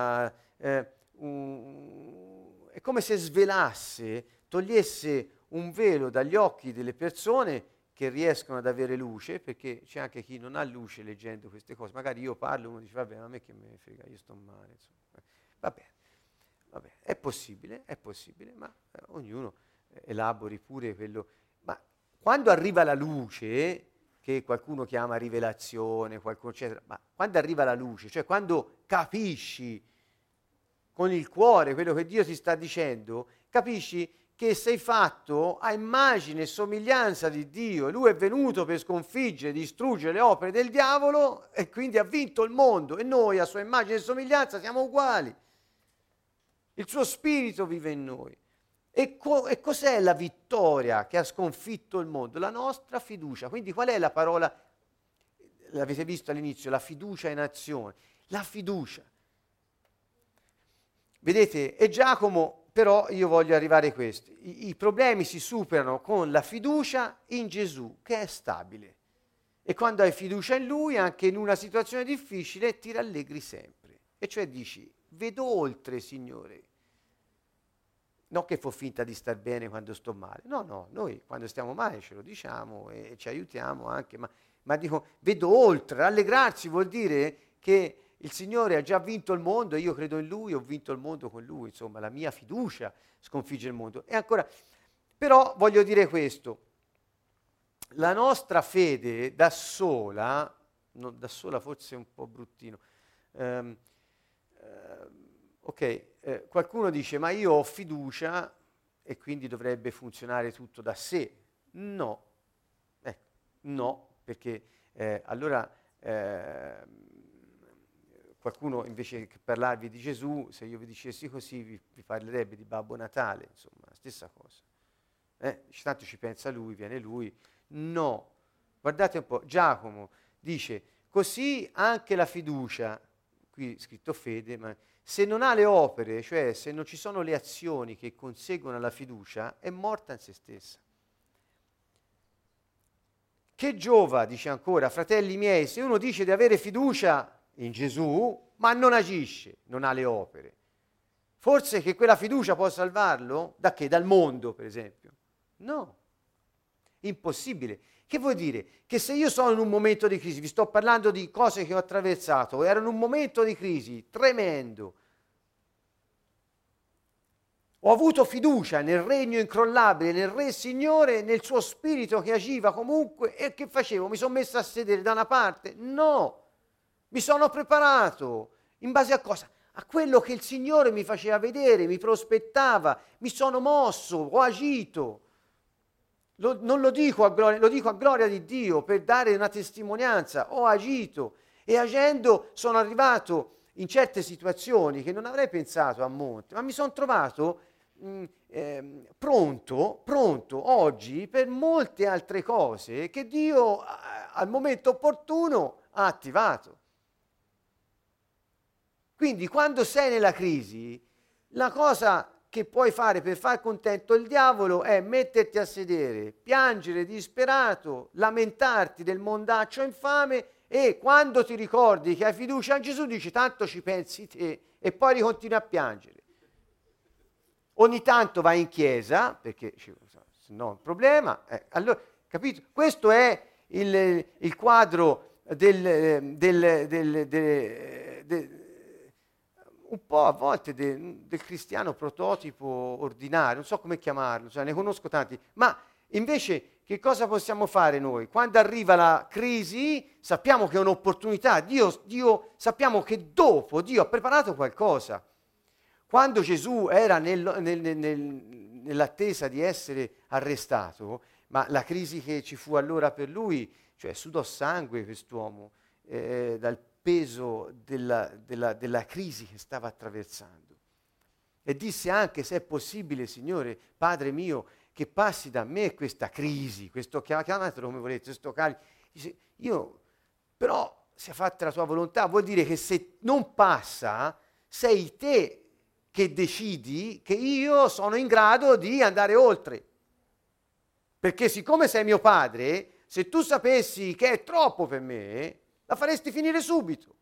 è come se svelasse, togliesse un velo dagli occhi delle persone che riescono ad avere luce, perché c'è anche chi non ha luce leggendo queste cose. Magari io parlo, uno dice: vabbè, a me che me ne frega, io sto male. Insomma. Vabbè, è possibile, ma ognuno elabori pure quello. Ma quando arriva la luce, che qualcuno chiama rivelazione, qualcuno eccetera, ma quando arriva la luce, cioè quando capisci con il cuore quello che Dio ti sta dicendo, capisci che sei fatto a immagine e somiglianza di Dio. Lui è venuto per sconfiggere, distruggere le opere del diavolo e quindi ha vinto il mondo, e noi a sua immagine e somiglianza siamo uguali. Il suo spirito vive in noi. E cos'è la vittoria che ha sconfitto il mondo? La nostra fiducia. Quindi qual è la parola? L'avete visto all'inizio, la fiducia in azione. La fiducia. Vedete, e Giacomo, però io voglio arrivare a questo. I problemi si superano con la fiducia in Gesù, che è stabile. E quando hai fiducia in Lui, anche in una situazione difficile, ti rallegri sempre. E cioè dici: vedo oltre, Signore. Non che fa finta di star bene quando sto male. No, noi quando stiamo male ce lo diciamo e ci aiutiamo anche, ma dico, vedo oltre. Rallegrarsi vuol dire che il Signore ha già vinto il mondo e io credo in Lui, ho vinto il mondo con Lui, insomma, la mia fiducia sconfigge il mondo. E ancora, però voglio dire questo, la nostra fede da sola, non da sola forse è un po' bruttino, qualcuno dice: ma io ho fiducia e quindi dovrebbe funzionare tutto da sé. No, perché allora qualcuno invece che parlarvi di Gesù, se io vi dicessi così, vi parlerebbe di Babbo Natale, insomma, la stessa cosa. Tanto ci pensa lui, viene lui. No, guardate un po', Giacomo dice: così anche la fiducia, qui scritto fede, ma se non ha le opere, cioè se non ci sono le azioni che conseguono la fiducia, è morta in se stessa. Che giova, dice ancora, fratelli miei, se uno dice di avere fiducia in Gesù, ma non agisce, non ha le opere. Forse che quella fiducia può salvarlo? Da che? Dal mondo, per esempio? No, impossibile. Che vuol dire? Che se io sono in un momento di crisi, vi sto parlando di cose che ho attraversato, ero in un momento di crisi tremendo, ho avuto fiducia nel regno incrollabile, nel Re Signore, nel suo spirito che agiva comunque, e che facevo? Mi sono messo a sedere da una parte? No, mi sono preparato. In base a cosa? A quello che il Signore mi faceva vedere, mi prospettava, mi sono mosso, ho agito. Non lo dico a gloria, lo dico a gloria di Dio per dare una testimonianza. Ho agito e agendo sono arrivato in certe situazioni che non avrei pensato a monte, ma mi sono trovato pronto oggi per molte altre cose che Dio al momento opportuno ha attivato. Quindi quando sei nella crisi, la cosa che puoi fare per far contento il diavolo è metterti a sedere, piangere disperato, lamentarti del mondaccio infame, e quando ti ricordi che hai fiducia in Gesù dici tanto ci pensi te, e poi ricontinui a piangere. Ogni tanto vai in chiesa, perché se no è un problema. Allora, capito? Questo è il quadro un po' a volte del cristiano prototipo ordinario, non so come chiamarlo, cioè ne conosco tanti, ma invece che cosa possiamo fare noi? Quando arriva la crisi sappiamo che è un'opportunità, sappiamo che dopo Dio ha preparato qualcosa. Quando Gesù era nell'attesa di essere arrestato, ma la crisi che ci fu allora per lui, cioè sudò sangue quest'uomo, dal peso della crisi che stava attraversando. E disse anche: se è possibile, Signore, Padre mio, che passi da me questa crisi, questo, chiamatelo come volete, questo carico. Dice: io, però, sia fatta la tua volontà. Vuol dire che se non passa, sei te che decidi che io sono in grado di andare oltre. Perché siccome sei mio padre, se tu sapessi che è troppo per me, la faresti finire subito.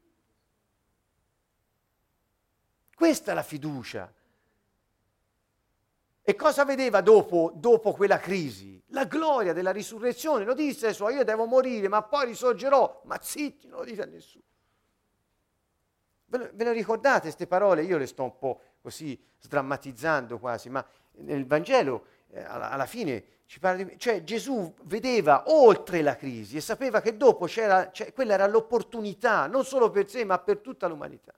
Questa è la fiducia. E cosa vedeva dopo quella crisi? La gloria della risurrezione. Lo disse ai suoi: io devo morire, ma poi risorgerò. Ma zitti, non lo dite a nessuno. Ve lo ricordate queste parole? Io le sto un po' così sdrammatizzando quasi, ma nel Vangelo alla fine ci parla di... Cioè Gesù vedeva oltre la crisi e sapeva che dopo quella era l'opportunità, non solo per sé, ma per tutta l'umanità.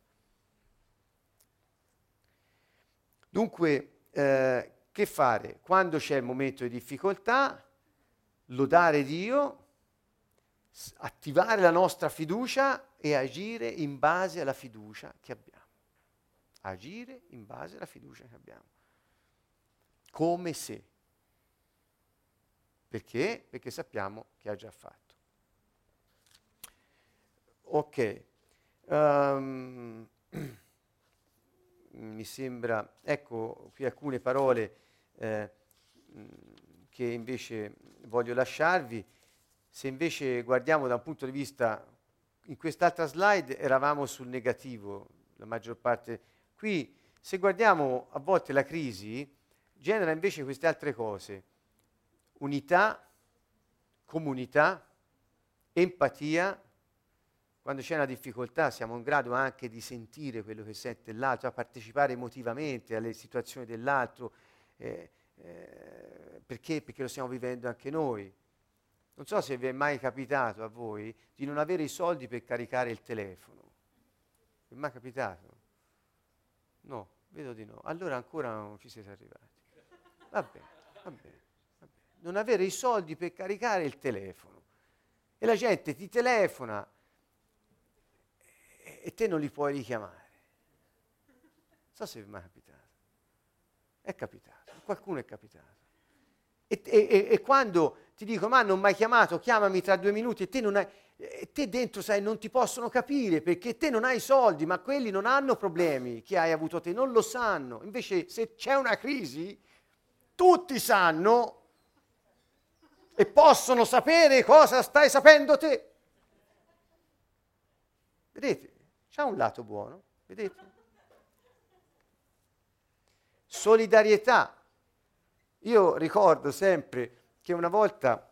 Dunque, che fare? Quando c'è il momento di difficoltà, lodare Dio, attivare la nostra fiducia e agire in base alla fiducia che abbiamo. Agire in base alla fiducia che abbiamo. Come se. Perché? Perché sappiamo che ha già fatto. Ok. Mi sembra, ecco qui alcune parole che invece voglio lasciarvi. Se invece guardiamo da un punto di vista, in quest'altra slide eravamo sul negativo, la maggior parte. Qui, se guardiamo a volte la crisi, genera invece queste altre cose: unità, comunità, empatia. Quando c'è una difficoltà siamo in grado anche di sentire quello che sente l'altro, a partecipare emotivamente alle situazioni dell'altro, perché? Perché lo stiamo vivendo anche noi. Non so se vi è mai capitato a voi di non avere i soldi per caricare il telefono. Vi è mai capitato? No, vedo di no. Allora ancora non ci siete arrivati. Va bene. Non avere i soldi per caricare il telefono. E la gente ti telefona e te non li puoi richiamare. Non so se vi è mai capitato. È capitato, a qualcuno è capitato. E quando ti dico: ma non mi hai chiamato, chiamami tra 2 minuti, e te dentro sai, non ti possono capire perché te non hai soldi, ma quelli non hanno problemi che hai avuto te, non lo sanno. Invece se c'è una crisi, tutti sanno e possono sapere cosa stai sapendo te. Vedete? C'ha un lato buono, vedete? Solidarietà. Io ricordo sempre che una volta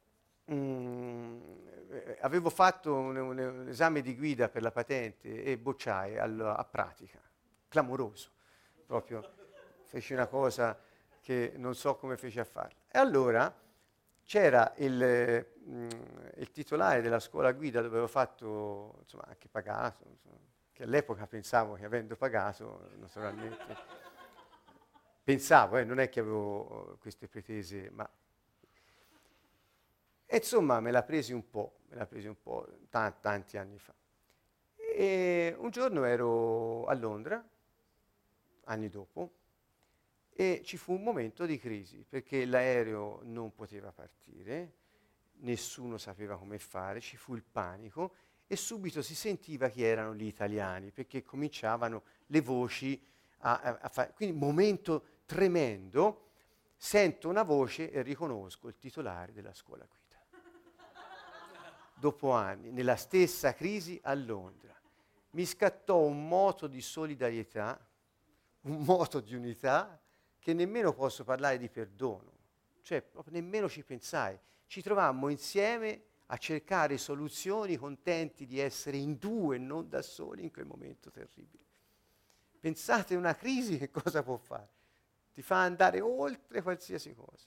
avevo fatto un esame di guida per la patente e bocciai a pratica, clamoroso, proprio feci una cosa che non so come feci a farla. E allora c'era il titolare della scuola guida dove avevo fatto, insomma, anche pagato, insomma, che all'epoca pensavo che avendo pagato, naturalmente, pensavo, non è che avevo queste pretese, ma... E insomma me la presi un po', tanti anni fa. E un giorno ero a Londra, anni dopo, e ci fu un momento di crisi, perché l'aereo non poteva partire, nessuno sapeva come fare, ci fu il panico e subito si sentiva chi erano gli italiani, perché cominciavano le voci a fare... Quindi momento tremendo, sento una voce e riconosco il titolare della scuola guida. Dopo anni, nella stessa crisi a Londra, mi scattò un moto di solidarietà, un moto di unità, che nemmeno posso parlare di perdono, cioè proprio nemmeno ci pensai. Ci trovammo insieme a cercare soluzioni, contenti di essere in due e non da soli in quel momento terribile. Pensate, una crisi che cosa può fare? Ti fa andare oltre qualsiasi cosa.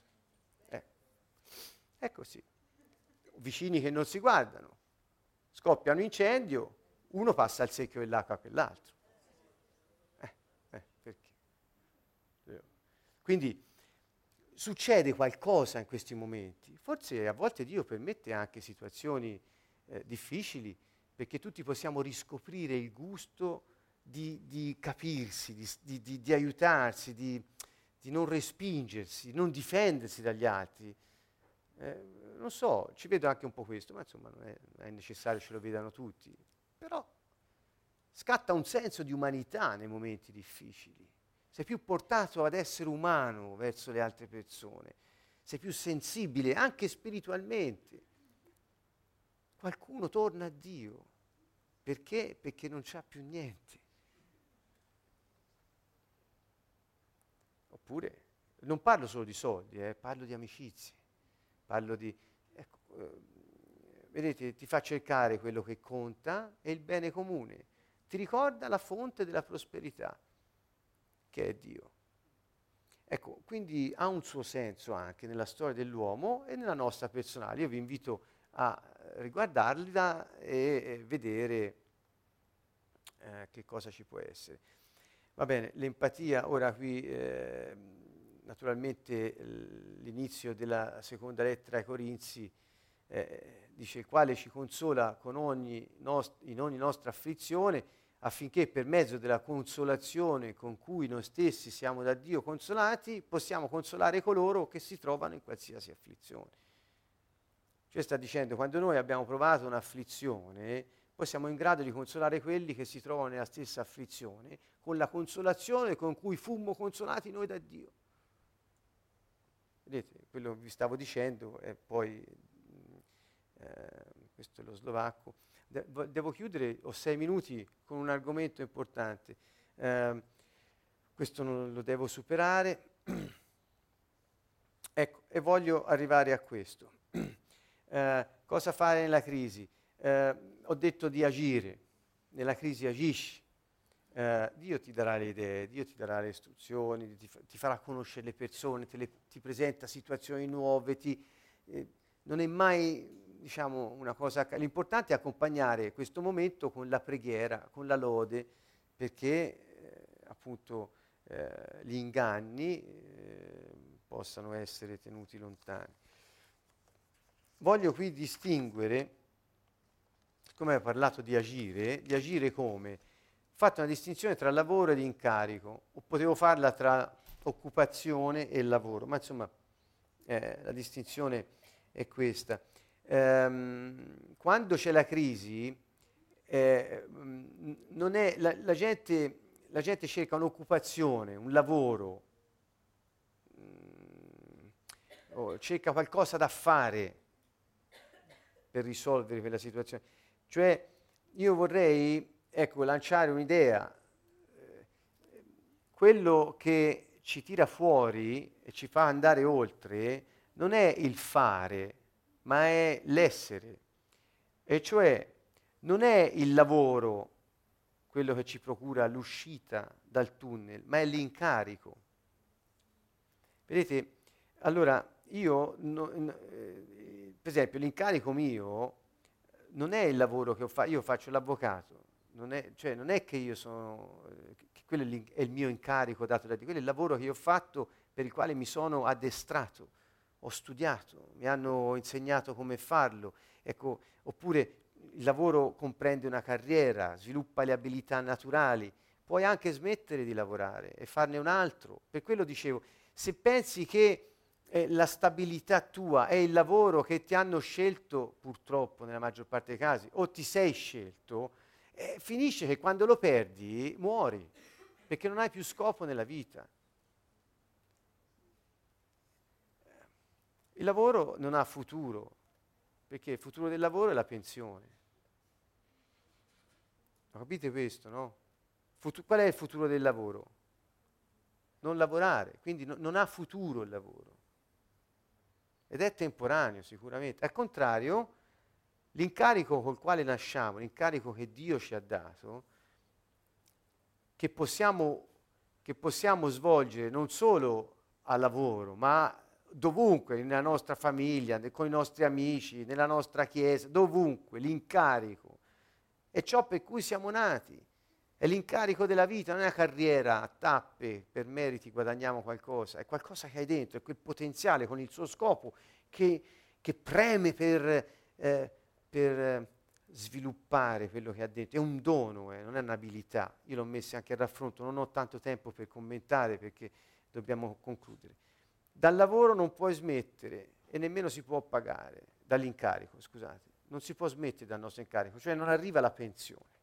È così. Vicini che non si guardano, scoppia un incendio, uno passa il secchio dell'acqua a quell'altro. Perché? Quindi succede qualcosa in questi momenti. Forse a volte Dio permette anche situazioni difficili, perché tutti possiamo riscoprire il gusto di capirsi, di aiutarsi, di non respingersi, non difendersi dagli altri. Non so, ci vedo anche un po' questo, ma insomma non è necessario che ce lo vedano tutti. Però scatta un senso di umanità nei momenti difficili. Sei più portato ad essere umano verso le altre persone, sei più sensibile anche spiritualmente. Qualcuno torna a Dio. Perché? Perché non c'ha più niente. Oppure, non parlo solo di soldi, parlo di amicizie, parlo di... Ecco, vedete, ti fa cercare quello che conta e il bene comune. Ti ricorda la fonte della prosperità, che è Dio. Ecco, quindi ha un suo senso anche nella storia dell'uomo e nella nostra personale. Io vi invito a riguardarla e vedere che cosa ci può essere. Va bene, l'empatia, ora qui naturalmente l'inizio della seconda lettera ai Corinzi dice il quale ci consola in ogni nostra afflizione, affinché per mezzo della consolazione con cui noi stessi siamo da Dio consolati, possiamo consolare coloro che si trovano in qualsiasi afflizione. Cioè sta dicendo, quando noi abbiamo provato un'afflizione, poi siamo in grado di consolare quelli che si trovano nella stessa afflizione, con la consolazione con cui fummo consolati noi da Dio. Vedete, quello che vi stavo dicendo, e poi questo è lo slovacco. Devo chiudere, ho 6 minuti con un argomento importante. Questo non lo devo superare. Ecco, e voglio arrivare a questo. Cosa fare nella crisi? Ho detto di agire. Nella crisi agisci. Dio ti darà le idee, Dio ti darà le istruzioni, ti farà conoscere le persone, ti presenta situazioni nuove, non è mai, diciamo, una cosa... L'importante è accompagnare questo momento con la preghiera, con la lode, perché appunto gli inganni possano essere tenuti lontani. Voglio qui distinguere, siccome ho parlato di agire come? Ho fatto una distinzione tra lavoro ed incarico, o potevo farla tra occupazione e lavoro, ma insomma la distinzione è questa. Quando c'è la crisi, non è, la gente cerca un'occupazione, un lavoro, o cerca qualcosa da fare per risolvere quella situazione. Cioè, io vorrei, ecco, lanciare un'idea. Quello che ci tira fuori e ci fa andare oltre non è il fare, ma è l'essere. E cioè, non è il lavoro quello che ci procura l'uscita dal tunnel, ma è l'incarico. Vedete, allora io, per esempio, l'incarico mio non è il lavoro che ho fatto, io faccio l'avvocato, cioè non è che io sono, che quello è il mio incarico dato da Dio, quello è il lavoro che io ho fatto per il quale mi sono addestrato, ho studiato, mi hanno insegnato come farlo, ecco, oppure il lavoro comprende una carriera, sviluppa le abilità naturali, puoi anche smettere di lavorare e farne un altro, per quello dicevo, se pensi che la stabilità tua è il lavoro che ti hanno scelto, purtroppo nella maggior parte dei casi, o ti sei scelto, finisce che quando lo perdi muori, perché non hai più scopo nella vita. Il lavoro non ha futuro, perché il futuro del lavoro è la pensione. Ma capite questo, no? Qual è il futuro del lavoro? Non lavorare, quindi non ha futuro il lavoro. Ed è temporaneo sicuramente. Al contrario, l'incarico col quale nasciamo, l'incarico che Dio ci ha dato, che possiamo svolgere non solo al lavoro, ma dovunque, nella nostra famiglia, con i nostri amici, nella nostra chiesa, dovunque, l'incarico. È ciò per cui siamo nati. È l'incarico della vita, non è una carriera a tappe, per meriti guadagniamo qualcosa, è qualcosa che hai dentro, è quel potenziale con il suo scopo che preme per sviluppare quello che ha dentro. È un dono, non è un'abilità. Io l'ho messo anche a raffronto, non ho tanto tempo per commentare perché dobbiamo concludere. Dal lavoro non puoi smettere e nemmeno si può pagare, dall'incarico, scusate, non si può smettere dal nostro incarico, cioè non arriva la pensione.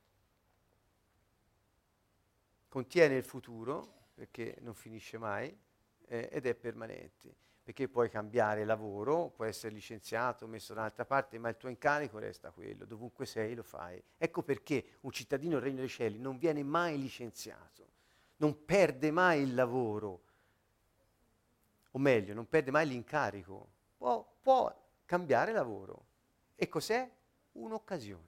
Contiene il futuro, perché non finisce mai, ed è permanente, perché puoi cambiare lavoro, puoi essere licenziato, messo da un'altra parte, ma il tuo incarico resta quello, dovunque sei lo fai. Ecco perché un cittadino del Regno dei Cieli non viene mai licenziato, non perde mai il lavoro, o meglio, non perde mai l'incarico, può cambiare lavoro. E cos'è? Un'occasione.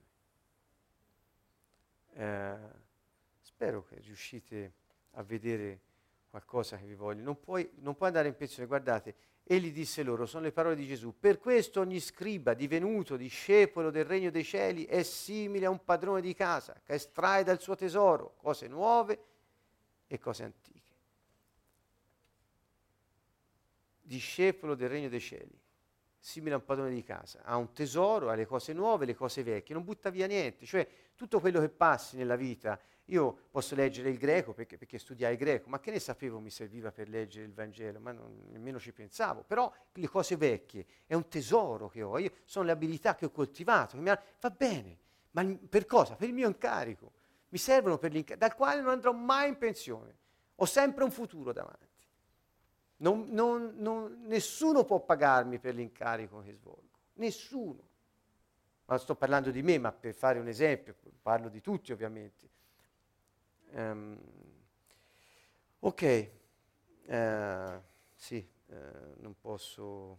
Spero che riuscite a vedere qualcosa che vi voglio. Non puoi andare in pensione. Guardate, egli disse loro, sono le parole di Gesù, per questo ogni scriba divenuto discepolo del regno dei cieli è simile a un padrone di casa che estrae dal suo tesoro cose nuove e cose antiche. Discepolo del regno dei cieli, simile a un padrone di casa, ha un tesoro, ha le cose nuove, le cose vecchie, non butta via niente, cioè tutto quello che passi nella vita. Io posso leggere il greco perché studiai il greco, ma che ne sapevo mi serviva per leggere il Vangelo, ma nemmeno ci pensavo. Però le cose vecchie è un tesoro che ho, sono le abilità che ho coltivato, va bene, ma per cosa? Per il mio incarico, mi servono per dal quale non andrò mai in pensione, ho sempre un futuro davanti. Nessuno può pagarmi per l'incarico che svolgo, nessuno. Ma sto parlando di me, ma per fare un esempio, parlo di tutti ovviamente. Ok, sì, non posso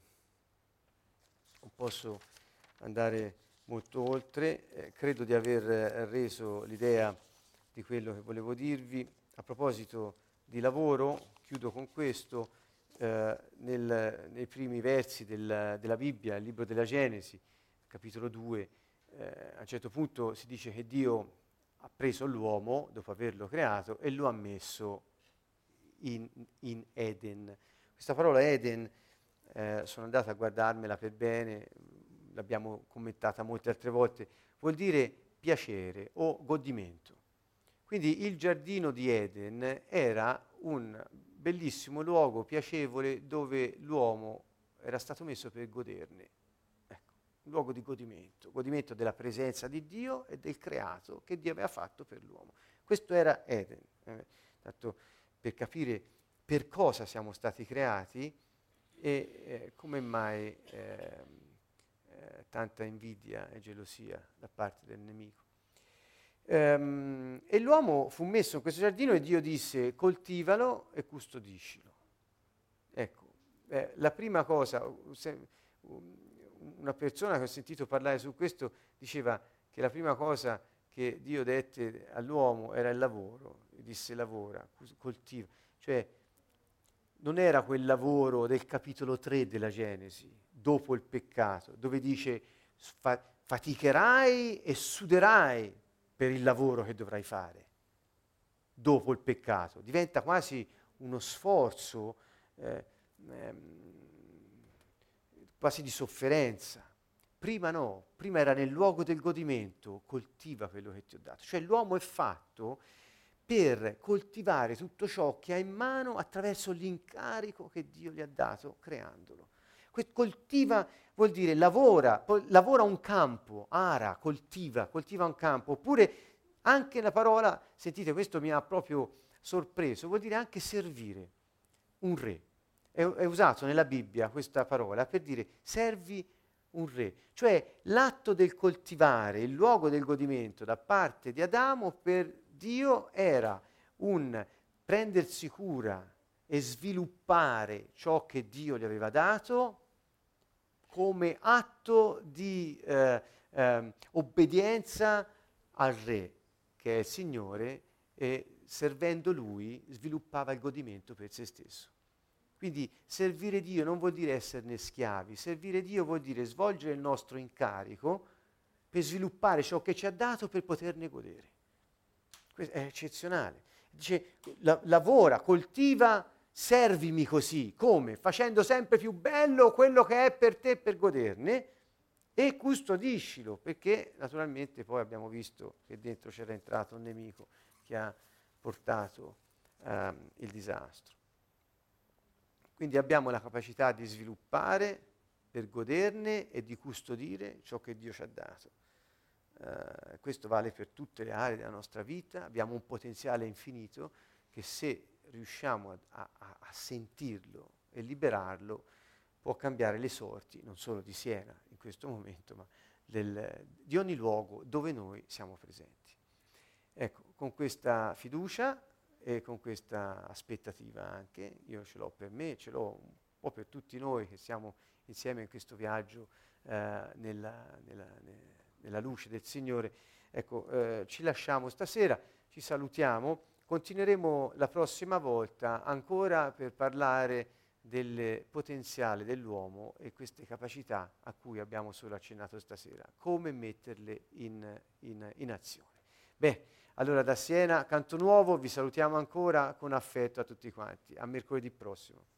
andare molto oltre, credo di aver reso l'idea di quello che volevo dirvi. A proposito di lavoro, chiudo con questo, nei primi versi della Bibbia, il libro della Genesi, capitolo 2, a un certo punto si dice che Dio ha preso l'uomo dopo averlo creato e lo ha messo in Eden. Questa parola Eden, sono andato a guardarmela per bene, l'abbiamo commentata molte altre volte, vuol dire piacere o godimento. Quindi il giardino di Eden era un bellissimo luogo piacevole dove l'uomo era stato messo per goderne. Ecco, un luogo di godimento della presenza di Dio e del creato che Dio aveva fatto per l'uomo. Questo era Eden. Tanto per capire per cosa siamo stati creati, E come mai tanta invidia e gelosia da parte del nemico? E l'uomo fu messo in questo giardino e Dio disse: coltivalo e custodiscilo. Ecco, la prima cosa, una persona che ho sentito parlare su questo diceva che la prima cosa che Dio dette all'uomo era il lavoro, e disse lavora, coltiva, cioè non era quel lavoro del capitolo 3 della Genesi, dopo il peccato, dove dice faticherai e suderai per il lavoro che dovrai fare dopo il peccato. Diventa quasi uno sforzo quasi di sofferenza. Prima no, prima era nel luogo del godimento, coltiva quello che ti ho dato. Cioè l'uomo è fatto per coltivare tutto ciò che ha in mano attraverso l'incarico che Dio gli ha dato creandolo. Coltiva vuol dire lavora un campo, ara, coltiva un campo, oppure anche la parola, sentite, questo mi ha proprio sorpreso, vuol dire anche servire un re. È usato nella Bibbia questa parola per dire servi un re, cioè l'atto del coltivare, il luogo del godimento da parte di Adamo per Dio era un prendersi cura e sviluppare ciò che Dio gli aveva dato come atto di obbedienza al re, che è il Signore, e servendo Lui sviluppava il godimento per se stesso. Quindi servire Dio non vuol dire esserne schiavi, servire Dio vuol dire svolgere il nostro incarico per sviluppare ciò che ci ha dato per poterne godere. Questo è eccezionale. Dice, lavora, coltiva, servimi così. Come? Facendo sempre più bello quello che è per te per goderne e custodiscilo, perché naturalmente poi abbiamo visto che dentro c'era entrato un nemico che ha portato il disastro. Quindi abbiamo la capacità di sviluppare per goderne e di custodire ciò che Dio ci ha dato. Questo vale per tutte le aree della nostra vita, abbiamo un potenziale infinito che se riusciamo a sentirlo e liberarlo può cambiare le sorti non solo di Siena in questo momento, ma di ogni luogo dove noi siamo presenti. Ecco, con questa fiducia e con questa aspettativa anche, io ce l'ho per me, ce l'ho un po' per tutti noi che siamo insieme in questo viaggio nella luce del Signore. Ecco, ci lasciamo stasera, ci salutiamo, continueremo la prossima volta ancora per parlare del potenziale dell'uomo e queste capacità a cui abbiamo solo accennato stasera, come metterle in azione. Beh, allora da Siena, Canto Nuovo, vi salutiamo ancora con affetto a tutti quanti. A mercoledì prossimo.